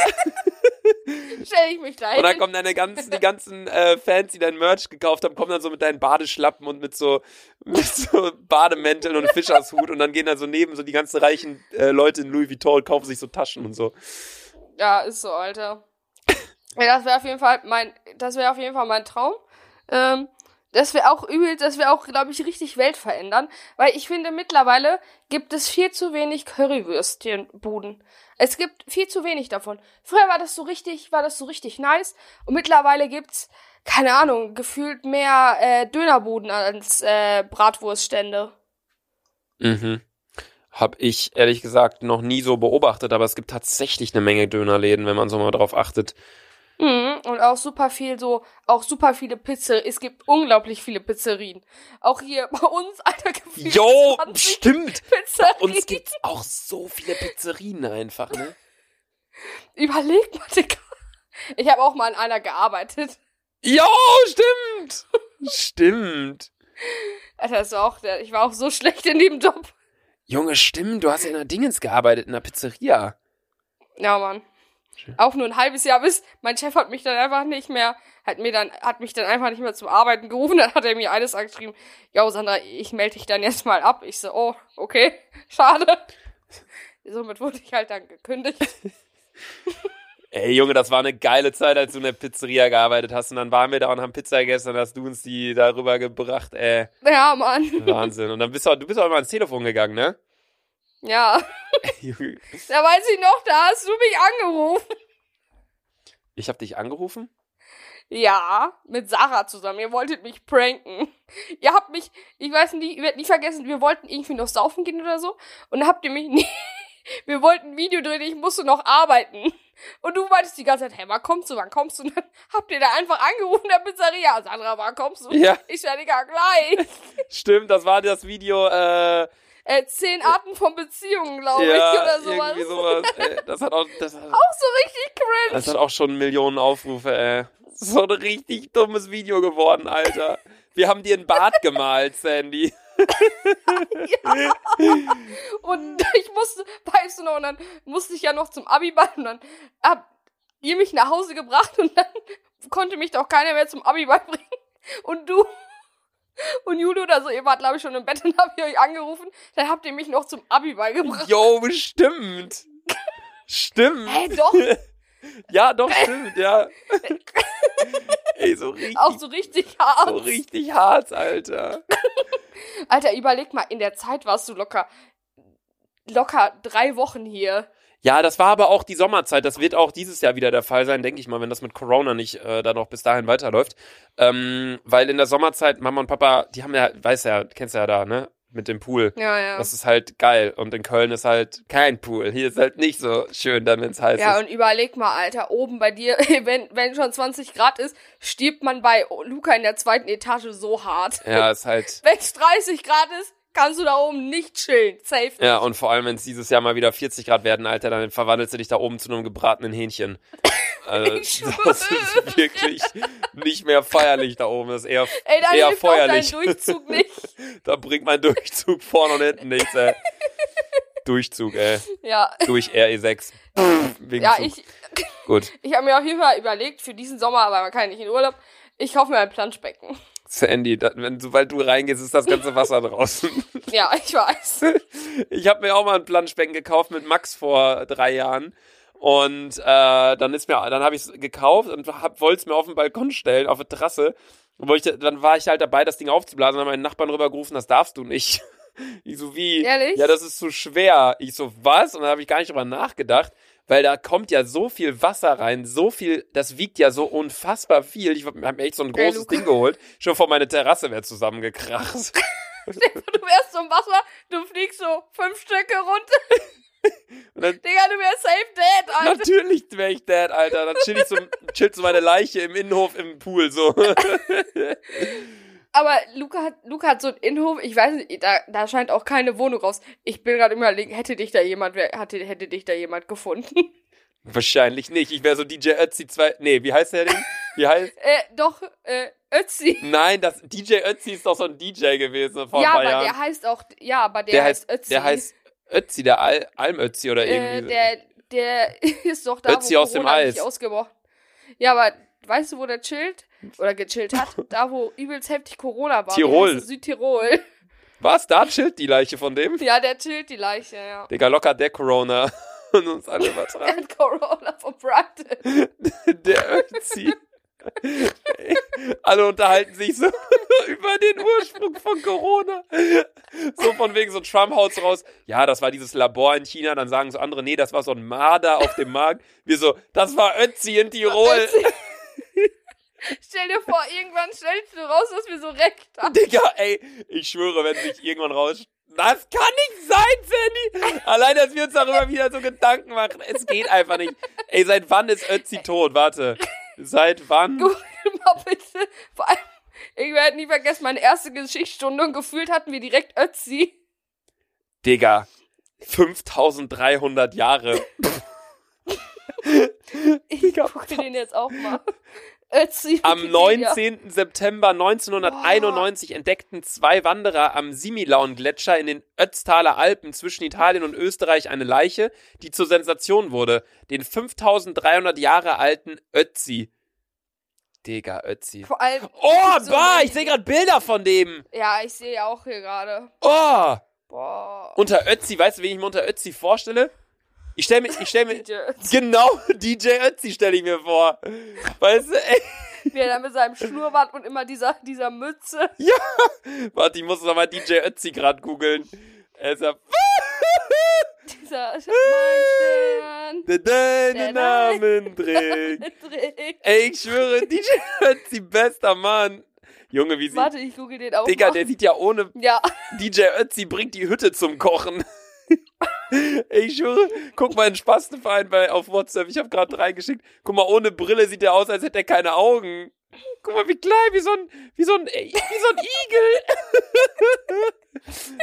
[SPEAKER 2] Stell ich mich da hin.
[SPEAKER 1] Und dann kommen deine ganzen, die ganzen äh, Fans, die dein Merch gekauft haben, kommen dann so mit deinen Badeschlappen und mit so, mit so Bademänteln und Fischershut und dann gehen da so neben so die ganzen reichen äh, Leute in Louis Vuitton und kaufen sich so Taschen und so.
[SPEAKER 2] Ja, ist so, Alter. Ja, das wäre auf jeden Fall mein, das wäre auf jeden Fall mein Traum. Ähm, das wäre auch übel, das wäre auch, glaube ich, richtig Welt verändern, weil ich finde, mittlerweile gibt es viel zu wenig Currywürstchenbuden. Es gibt viel zu wenig davon. Früher war das so richtig, war das so richtig nice und mittlerweile gibt's, keine Ahnung, gefühlt mehr äh, Dönerbuden als äh, Bratwurststände.
[SPEAKER 1] Mhm. Hab ich ehrlich gesagt noch nie so beobachtet, aber es gibt tatsächlich eine Menge Dönerläden, wenn man so mal drauf achtet.
[SPEAKER 2] Mhm, und auch super viel so, auch super viele Pizza. Es gibt unglaublich viele Pizzerien. Auch hier bei uns, Alter, gefühlt
[SPEAKER 1] Jo,
[SPEAKER 2] zwanzig
[SPEAKER 1] stimmt!
[SPEAKER 2] Pizzerien.
[SPEAKER 1] Uns gibt's auch so viele Pizzerien einfach, ne?
[SPEAKER 2] Überleg mal, Digga. Ich habe auch mal an einer gearbeitet.
[SPEAKER 1] Jo, stimmt! Stimmt.
[SPEAKER 2] Alter, das war auch, der, ich war auch so schlecht in dem Job.
[SPEAKER 1] Junge, stimmt, du hast ja in der Dingens gearbeitet, in der Pizzeria.
[SPEAKER 2] Ja, Mann. Auch nur ein halbes Jahr, bis mein Chef hat mich dann einfach nicht mehr, hat mir dann, hat mich dann einfach nicht mehr zum Arbeiten gerufen. Dann hat er mir eines angeschrieben, ja, Sandra, ich melde dich dann jetzt mal ab. Ich so, oh, okay, schade. Somit wurde ich halt dann gekündigt.
[SPEAKER 1] Ey, Junge, das war eine geile Zeit, als du in der Pizzeria gearbeitet hast. Und dann waren wir da und haben Pizza gegessen und hast du uns die darüber gebracht, ey.
[SPEAKER 2] Ja, Mann.
[SPEAKER 1] Wahnsinn. Und dann bist du, du bist auch immer ans Telefon gegangen, ne?
[SPEAKER 2] Ja.
[SPEAKER 1] Junge.
[SPEAKER 2] Da weiß ich noch, da hast du mich angerufen.
[SPEAKER 1] Ich hab dich angerufen?
[SPEAKER 2] Ja, mit Sarah zusammen. Ihr wolltet mich pranken. Ihr habt mich, ich weiß nicht, ich werde nie vergessen, wir wollten irgendwie noch saufen gehen oder so. Und dann habt ihr mich nie, wir wollten ein Video drehen, ich musste noch arbeiten. Und du meintest die ganze Zeit, hey, wann kommst du, wann kommst du? Und dann habt ihr da einfach angerufen in der Pizzeria. Sandra, wann kommst du?
[SPEAKER 1] Ja.
[SPEAKER 2] Ich werde gar gleich.
[SPEAKER 1] Stimmt, das war das Video, äh,
[SPEAKER 2] Äh, zehn Arten von Beziehungen, glaube ich,
[SPEAKER 1] ja,
[SPEAKER 2] oder sowas.
[SPEAKER 1] irgendwie sowas. Ey, das hat auch, das hat,
[SPEAKER 2] Auch so richtig cringe.
[SPEAKER 1] das hat auch schon Millionen Aufrufe, ey. So ein richtig dummes Video geworden, Alter. Wir haben dir ein Bart gemalt, Sandy.
[SPEAKER 2] Ja. Und ich musste, weißt du noch, und dann musste ich ja noch zum Abiball und dann habt ihr mich nach Hause gebracht und dann konnte mich doch keiner mehr zum Abiball bringen. Und du und Julu oder so, ihr wart, glaube ich, schon im Bett und habt ihr euch angerufen, dann habt ihr mich noch zum Abiball gebracht.
[SPEAKER 1] Jo, stimmt. Stimmt.
[SPEAKER 2] Hä, doch.
[SPEAKER 1] Ja, doch, stimmt, ja. Ey, so richtig,
[SPEAKER 2] Auch so richtig hart.
[SPEAKER 1] so richtig hart, Alter.
[SPEAKER 2] Alter, überleg mal, in der Zeit warst du locker, locker drei Wochen hier.
[SPEAKER 1] Ja, das war aber auch die Sommerzeit. Das wird auch dieses Jahr wieder der Fall sein, denke ich mal, wenn das mit Corona nicht äh, da noch bis dahin weiterläuft. Ähm, weil in der Sommerzeit, Mama und Papa, die haben ja, weiß ja, kennst ja da, ne? Mit dem Pool.
[SPEAKER 2] Ja, ja.
[SPEAKER 1] Das ist halt geil. Und in Köln ist halt kein Pool. Hier ist halt nicht so schön, dann wenn es heiß
[SPEAKER 2] Ja,
[SPEAKER 1] ist.
[SPEAKER 2] und überleg mal, Alter, oben bei dir, wenn, wenn schon zwanzig Grad ist, stirbt man bei Luca in der zweiten Etage so hart.
[SPEAKER 1] Ja, ist halt.
[SPEAKER 2] Wenn es dreißig Grad ist, kannst du da oben nicht chillen. Safe nicht.
[SPEAKER 1] Ja, und vor allem, wenn es dieses Jahr mal wieder vierzig Grad werden, Alter, dann verwandelst du dich da oben zu einem gebratenen Hähnchen. Also,
[SPEAKER 2] Ich
[SPEAKER 1] das ist wirklich nicht mehr feierlich da oben. Das ist eher,
[SPEAKER 2] Ey, da
[SPEAKER 1] eher
[SPEAKER 2] hilft auch dein
[SPEAKER 1] feuerlich.
[SPEAKER 2] Durchzug nicht.
[SPEAKER 1] Da bringt mein Durchzug vorne und hinten nichts, ey. Durchzug, ey.
[SPEAKER 2] Ja,
[SPEAKER 1] Durch R E sechs. Wegen
[SPEAKER 2] ja
[SPEAKER 1] Zug.
[SPEAKER 2] ich,
[SPEAKER 1] Gut.
[SPEAKER 2] ich habe mir auf jeden Fall überlegt, für diesen Sommer, aber man kann ja nicht in Urlaub, ich kaufe mir ein Planschbecken.
[SPEAKER 1] Sandy, da, wenn, sobald du reingehst, ist das ganze Wasser draußen.
[SPEAKER 2] Ja, ich weiß.
[SPEAKER 1] Ich habe mir auch mal ein Planschbecken gekauft mit Max vor drei Jahren. Und äh, dann ist mir, dann habe ich es gekauft und wollte es mir auf den Balkon stellen, auf eine Terrasse. Und wo ich, dann war ich halt dabei, das Ding aufzublasen, und habe meinen Nachbarn rübergerufen, das darfst du nicht. Ich so, wie?
[SPEAKER 2] Ehrlich?
[SPEAKER 1] Ja, das ist zu schwer. Ich so, was? Und dann habe ich gar nicht drüber nachgedacht, weil da kommt ja so viel Wasser rein, so viel, das wiegt ja so unfassbar viel. Ich habe mir echt so ein
[SPEAKER 2] Ey,
[SPEAKER 1] großes
[SPEAKER 2] Luca.
[SPEAKER 1] Ding geholt. Schon vor meine Terrasse wäre zusammengekracht.
[SPEAKER 2] Du wärst so im Wasser, du fliegst so fünf Stöcke runter.
[SPEAKER 1] Und dann,
[SPEAKER 2] Digga, du wärst safe dead, Alter.
[SPEAKER 1] natürlich wäre ich dead, Alter. Dann chill ich so, chillt so meine Leiche im Innenhof im Pool, so.
[SPEAKER 2] Aber Luca hat, Luca hat so einen Innenhof, ich weiß nicht, da, da scheint auch keine Wohnung raus. Ich bin gerade überlegen, hätte dich da jemand, wer- hatte, hätte dich da jemand gefunden?
[SPEAKER 1] Wahrscheinlich nicht. Ich wäre so D J Ötzi zwei. Nee, wie heißt der denn? Wie heißt?
[SPEAKER 2] äh, doch, äh, Ötzi.
[SPEAKER 1] Nein, das D J Ötzi ist doch so ein D J gewesen vor
[SPEAKER 2] Ja,
[SPEAKER 1] ein paar
[SPEAKER 2] aber
[SPEAKER 1] Jahren.
[SPEAKER 2] der heißt auch, ja, aber der,
[SPEAKER 1] der
[SPEAKER 2] heißt
[SPEAKER 1] heißt
[SPEAKER 2] Ötzi.
[SPEAKER 1] Der heißt Ötzi, der Al Alm-Ötzi oder
[SPEAKER 2] äh,
[SPEAKER 1] irgendwie.
[SPEAKER 2] der, der ist doch da,
[SPEAKER 1] Ötzi
[SPEAKER 2] wo
[SPEAKER 1] aus dem
[SPEAKER 2] Corona
[SPEAKER 1] Eis.
[SPEAKER 2] nicht ausgebrochen. Ja, aber weißt du, wo der chillt? Oder gechillt hat? Da, wo übelst heftig Corona war.
[SPEAKER 1] Tirol.
[SPEAKER 2] Wie heißt es? Südtirol.
[SPEAKER 1] Was? Da chillt die Leiche von dem?
[SPEAKER 2] Ja, der chillt die Leiche, ja.
[SPEAKER 1] Digga, locker der Corona. Und uns alle
[SPEAKER 2] Der
[SPEAKER 1] übertragen.
[SPEAKER 2] hat Corona verbreitet.
[SPEAKER 1] Der Ötzi. Ey, alle unterhalten sich so über den Ursprung von Corona. So von wegen so Trump haut's raus. Ja, das war dieses Labor in China. Dann sagen so andere, nee, das war so ein Marder auf dem Markt. Wir so, das war Ötzi in Tirol.
[SPEAKER 2] Ötzi. Stell dir vor, irgendwann stellst du raus, dass wir so recht haben.
[SPEAKER 1] Digga, ey, ich schwöre, wenn sich irgendwann raus... Das kann nicht sein, Sandy! Allein, dass wir uns darüber wieder so Gedanken machen. Es geht einfach nicht. Ey, seit wann ist Ötzi tot? Warte. Seit wann?
[SPEAKER 2] Google mal bitte. Vor allem, ich werde nie vergessen, meine erste Geschichtsstunde und gefühlt hatten wir direkt Ötzi.
[SPEAKER 1] Digga, fünftausenddreihundert Jahre.
[SPEAKER 2] Ich
[SPEAKER 1] Digga,
[SPEAKER 2] gucke den jetzt auch mal. Ötzi.
[SPEAKER 1] Am
[SPEAKER 2] Wikipedia.
[SPEAKER 1] neunzehnten September neunzehnhunderteinundneunzig entdeckten zwei Wanderer am Similaun-Gletscher in den Ötztaler Alpen zwischen Italien und Österreich eine Leiche, die zur Sensation wurde. Den fünftausenddreihundert Jahre alten Ötzi. Digga, Ötzi.
[SPEAKER 2] Vor allem.
[SPEAKER 1] Oh,
[SPEAKER 2] so
[SPEAKER 1] bah,
[SPEAKER 2] eine-
[SPEAKER 1] ich sehe gerade Bilder von dem.
[SPEAKER 2] Ja, ich sehe auch hier gerade.
[SPEAKER 1] Oh,
[SPEAKER 2] Boah.
[SPEAKER 1] unter Ötzi, weißt du, wen ich mir unter Ötzi vorstelle? Ich stelle mir, ich stelle mir,
[SPEAKER 2] Ötzi.
[SPEAKER 1] genau, D J Ötzi stelle ich mir vor. Weißt du, ey.
[SPEAKER 2] Wie er da mit seinem Schnurrbart und immer dieser, dieser Mütze.
[SPEAKER 1] Warte, ich muss noch mal D J Ötzi gerade googeln. Er ist ja...
[SPEAKER 2] Dieser mein Stern.
[SPEAKER 1] der deine
[SPEAKER 2] Der
[SPEAKER 1] Namen trägt. Ey, ich schwöre, D J Ötzi, bester Mann. Junge, wie sieht...
[SPEAKER 2] Warte, ich google den auch
[SPEAKER 1] Digga,
[SPEAKER 2] mal.
[SPEAKER 1] der sieht ja ohne...
[SPEAKER 2] Ja.
[SPEAKER 1] D J Ötzi bringt die Hütte zum Kochen. Ich schwöre, guck mal, ein Spastenverein bei, auf WhatsApp, ich habe gerade reingeschickt. Guck mal, ohne Brille sieht der aus, als hätte er keine Augen. Guck mal, wie klein, wie so ein, wie so ein, wie so ein Igel.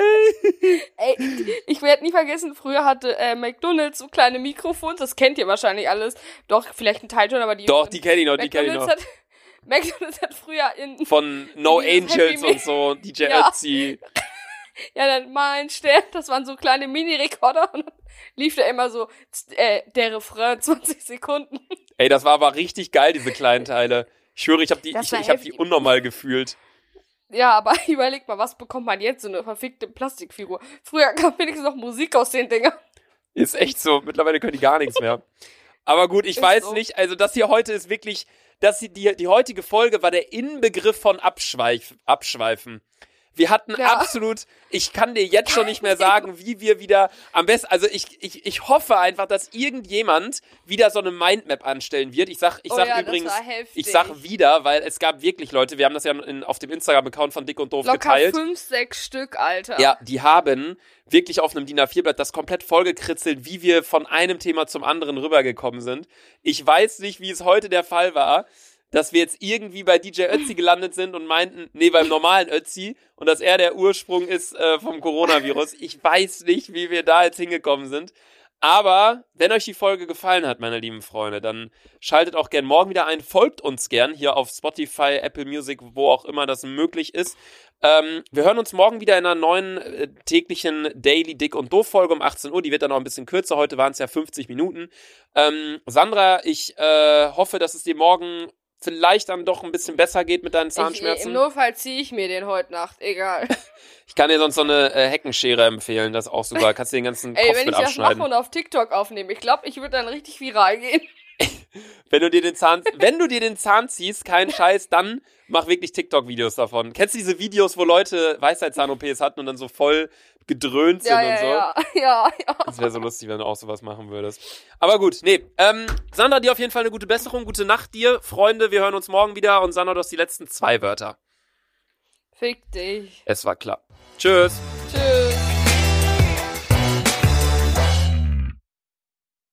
[SPEAKER 2] Ey. Ey, ich werde nie vergessen, früher hatte äh, McDonald's so kleine Mikrofons, das kennt ihr wahrscheinlich alles. Doch, vielleicht ein Teil schon, aber die...
[SPEAKER 1] Doch, die kenne ich noch, die kenne ich noch.
[SPEAKER 2] Hat, McDonald's hat früher in...
[SPEAKER 1] Von No Angels und so, D J
[SPEAKER 2] ja.
[SPEAKER 1] Ötzi.
[SPEAKER 2] Ja, dann mal ein Stern, das waren so kleine Mini-Rekorder und dann lief da immer so äh, der Refrain zwanzig Sekunden.
[SPEAKER 1] Ey, das war aber richtig geil, diese kleinen Teile. Ich schwöre, ich habe die, ich, ich hab die unnormal gefühlt.
[SPEAKER 2] Ja, aber überleg mal, was bekommt man jetzt? So eine verfickte Plastikfigur. Früher kam wenigstens noch Musik aus den Dingern.
[SPEAKER 1] Ist echt so. Mittlerweile können die gar nichts mehr. Aber gut, ich
[SPEAKER 2] Ist
[SPEAKER 1] weiß
[SPEAKER 2] so.
[SPEAKER 1] nicht. Also das hier heute ist wirklich, das hier, die, die heutige Folge war der Inbegriff von Abschweif, Abschweifen. Wir hatten
[SPEAKER 2] Ja.
[SPEAKER 1] absolut, ich kann dir jetzt schon nicht mehr sagen, wie wir wieder am besten, also ich, ich, ich hoffe einfach, dass irgendjemand wieder so eine Mindmap anstellen wird. Ich sag, ich
[SPEAKER 2] Oh
[SPEAKER 1] sag
[SPEAKER 2] ja, das
[SPEAKER 1] übrigens,
[SPEAKER 2] war heftig.
[SPEAKER 1] ich sag wieder, weil es gab wirklich Leute, wir haben das ja in, auf dem Instagram-Account von Dick und Doof
[SPEAKER 2] Locker
[SPEAKER 1] geteilt.
[SPEAKER 2] fünf, sechs Stück, Alter.
[SPEAKER 1] Ja, die haben wirklich auf einem D I N A vier Blatt das komplett vollgekritzelt, wie wir von einem Thema zum anderen rübergekommen sind. Ich weiß nicht, wie es heute der Fall war, dass wir jetzt irgendwie bei D J Ötzi gelandet sind und meinten, nee, beim normalen Ötzi und dass er der Ursprung ist äh, vom Coronavirus. Ich weiß nicht, wie wir da jetzt hingekommen sind. Aber wenn euch die Folge gefallen hat, meine lieben Freunde, dann schaltet auch gern morgen wieder ein. Folgt uns gern hier auf Spotify, Apple Music, wo auch immer das möglich ist. Ähm, wir hören uns morgen wieder in einer neuen äh, täglichen Daily Dick und Doof Folge um achtzehn Uhr. Die wird dann auch ein bisschen kürzer. Heute waren es ja fünfzig Minuten. Ähm, Sandra, ich äh, hoffe, dass es dir morgen vielleicht dann doch ein bisschen besser geht mit deinen
[SPEAKER 2] Ich,
[SPEAKER 1] Zahnschmerzen.
[SPEAKER 2] Im Notfall ziehe ich mir den heute Nacht, egal.
[SPEAKER 1] Ich kann dir sonst so eine äh, Heckenschere empfehlen, das ist auch super. Kannst du den ganzen
[SPEAKER 2] Ey,
[SPEAKER 1] Kopf
[SPEAKER 2] wenn
[SPEAKER 1] mit
[SPEAKER 2] ich das
[SPEAKER 1] abschneiden.
[SPEAKER 2] mache und auf TikTok aufnehme, ich glaube, ich würde dann richtig viral gehen.
[SPEAKER 1] Wenn du dir den Zahn, wenn du dir den Zahn ziehst, kein Scheiß, dann mach wirklich TikTok-Videos davon. Kennst du diese Videos, wo Leute Weisheitszahn-O Ps hatten und dann so voll gedröhnt sind
[SPEAKER 2] Ja,
[SPEAKER 1] und
[SPEAKER 2] ja,
[SPEAKER 1] so?
[SPEAKER 2] ja, ja, ja.
[SPEAKER 1] Das wäre so lustig, wenn du auch sowas machen würdest. Aber gut, nee. Ähm, Sandra, dir auf jeden Fall eine gute Besserung, gute Nacht dir. Freunde, wir hören uns morgen wieder und Sandra, du hast die letzten zwei Wörter.
[SPEAKER 2] Fick dich.
[SPEAKER 1] Es war klar. Tschüss.
[SPEAKER 2] Tschüss.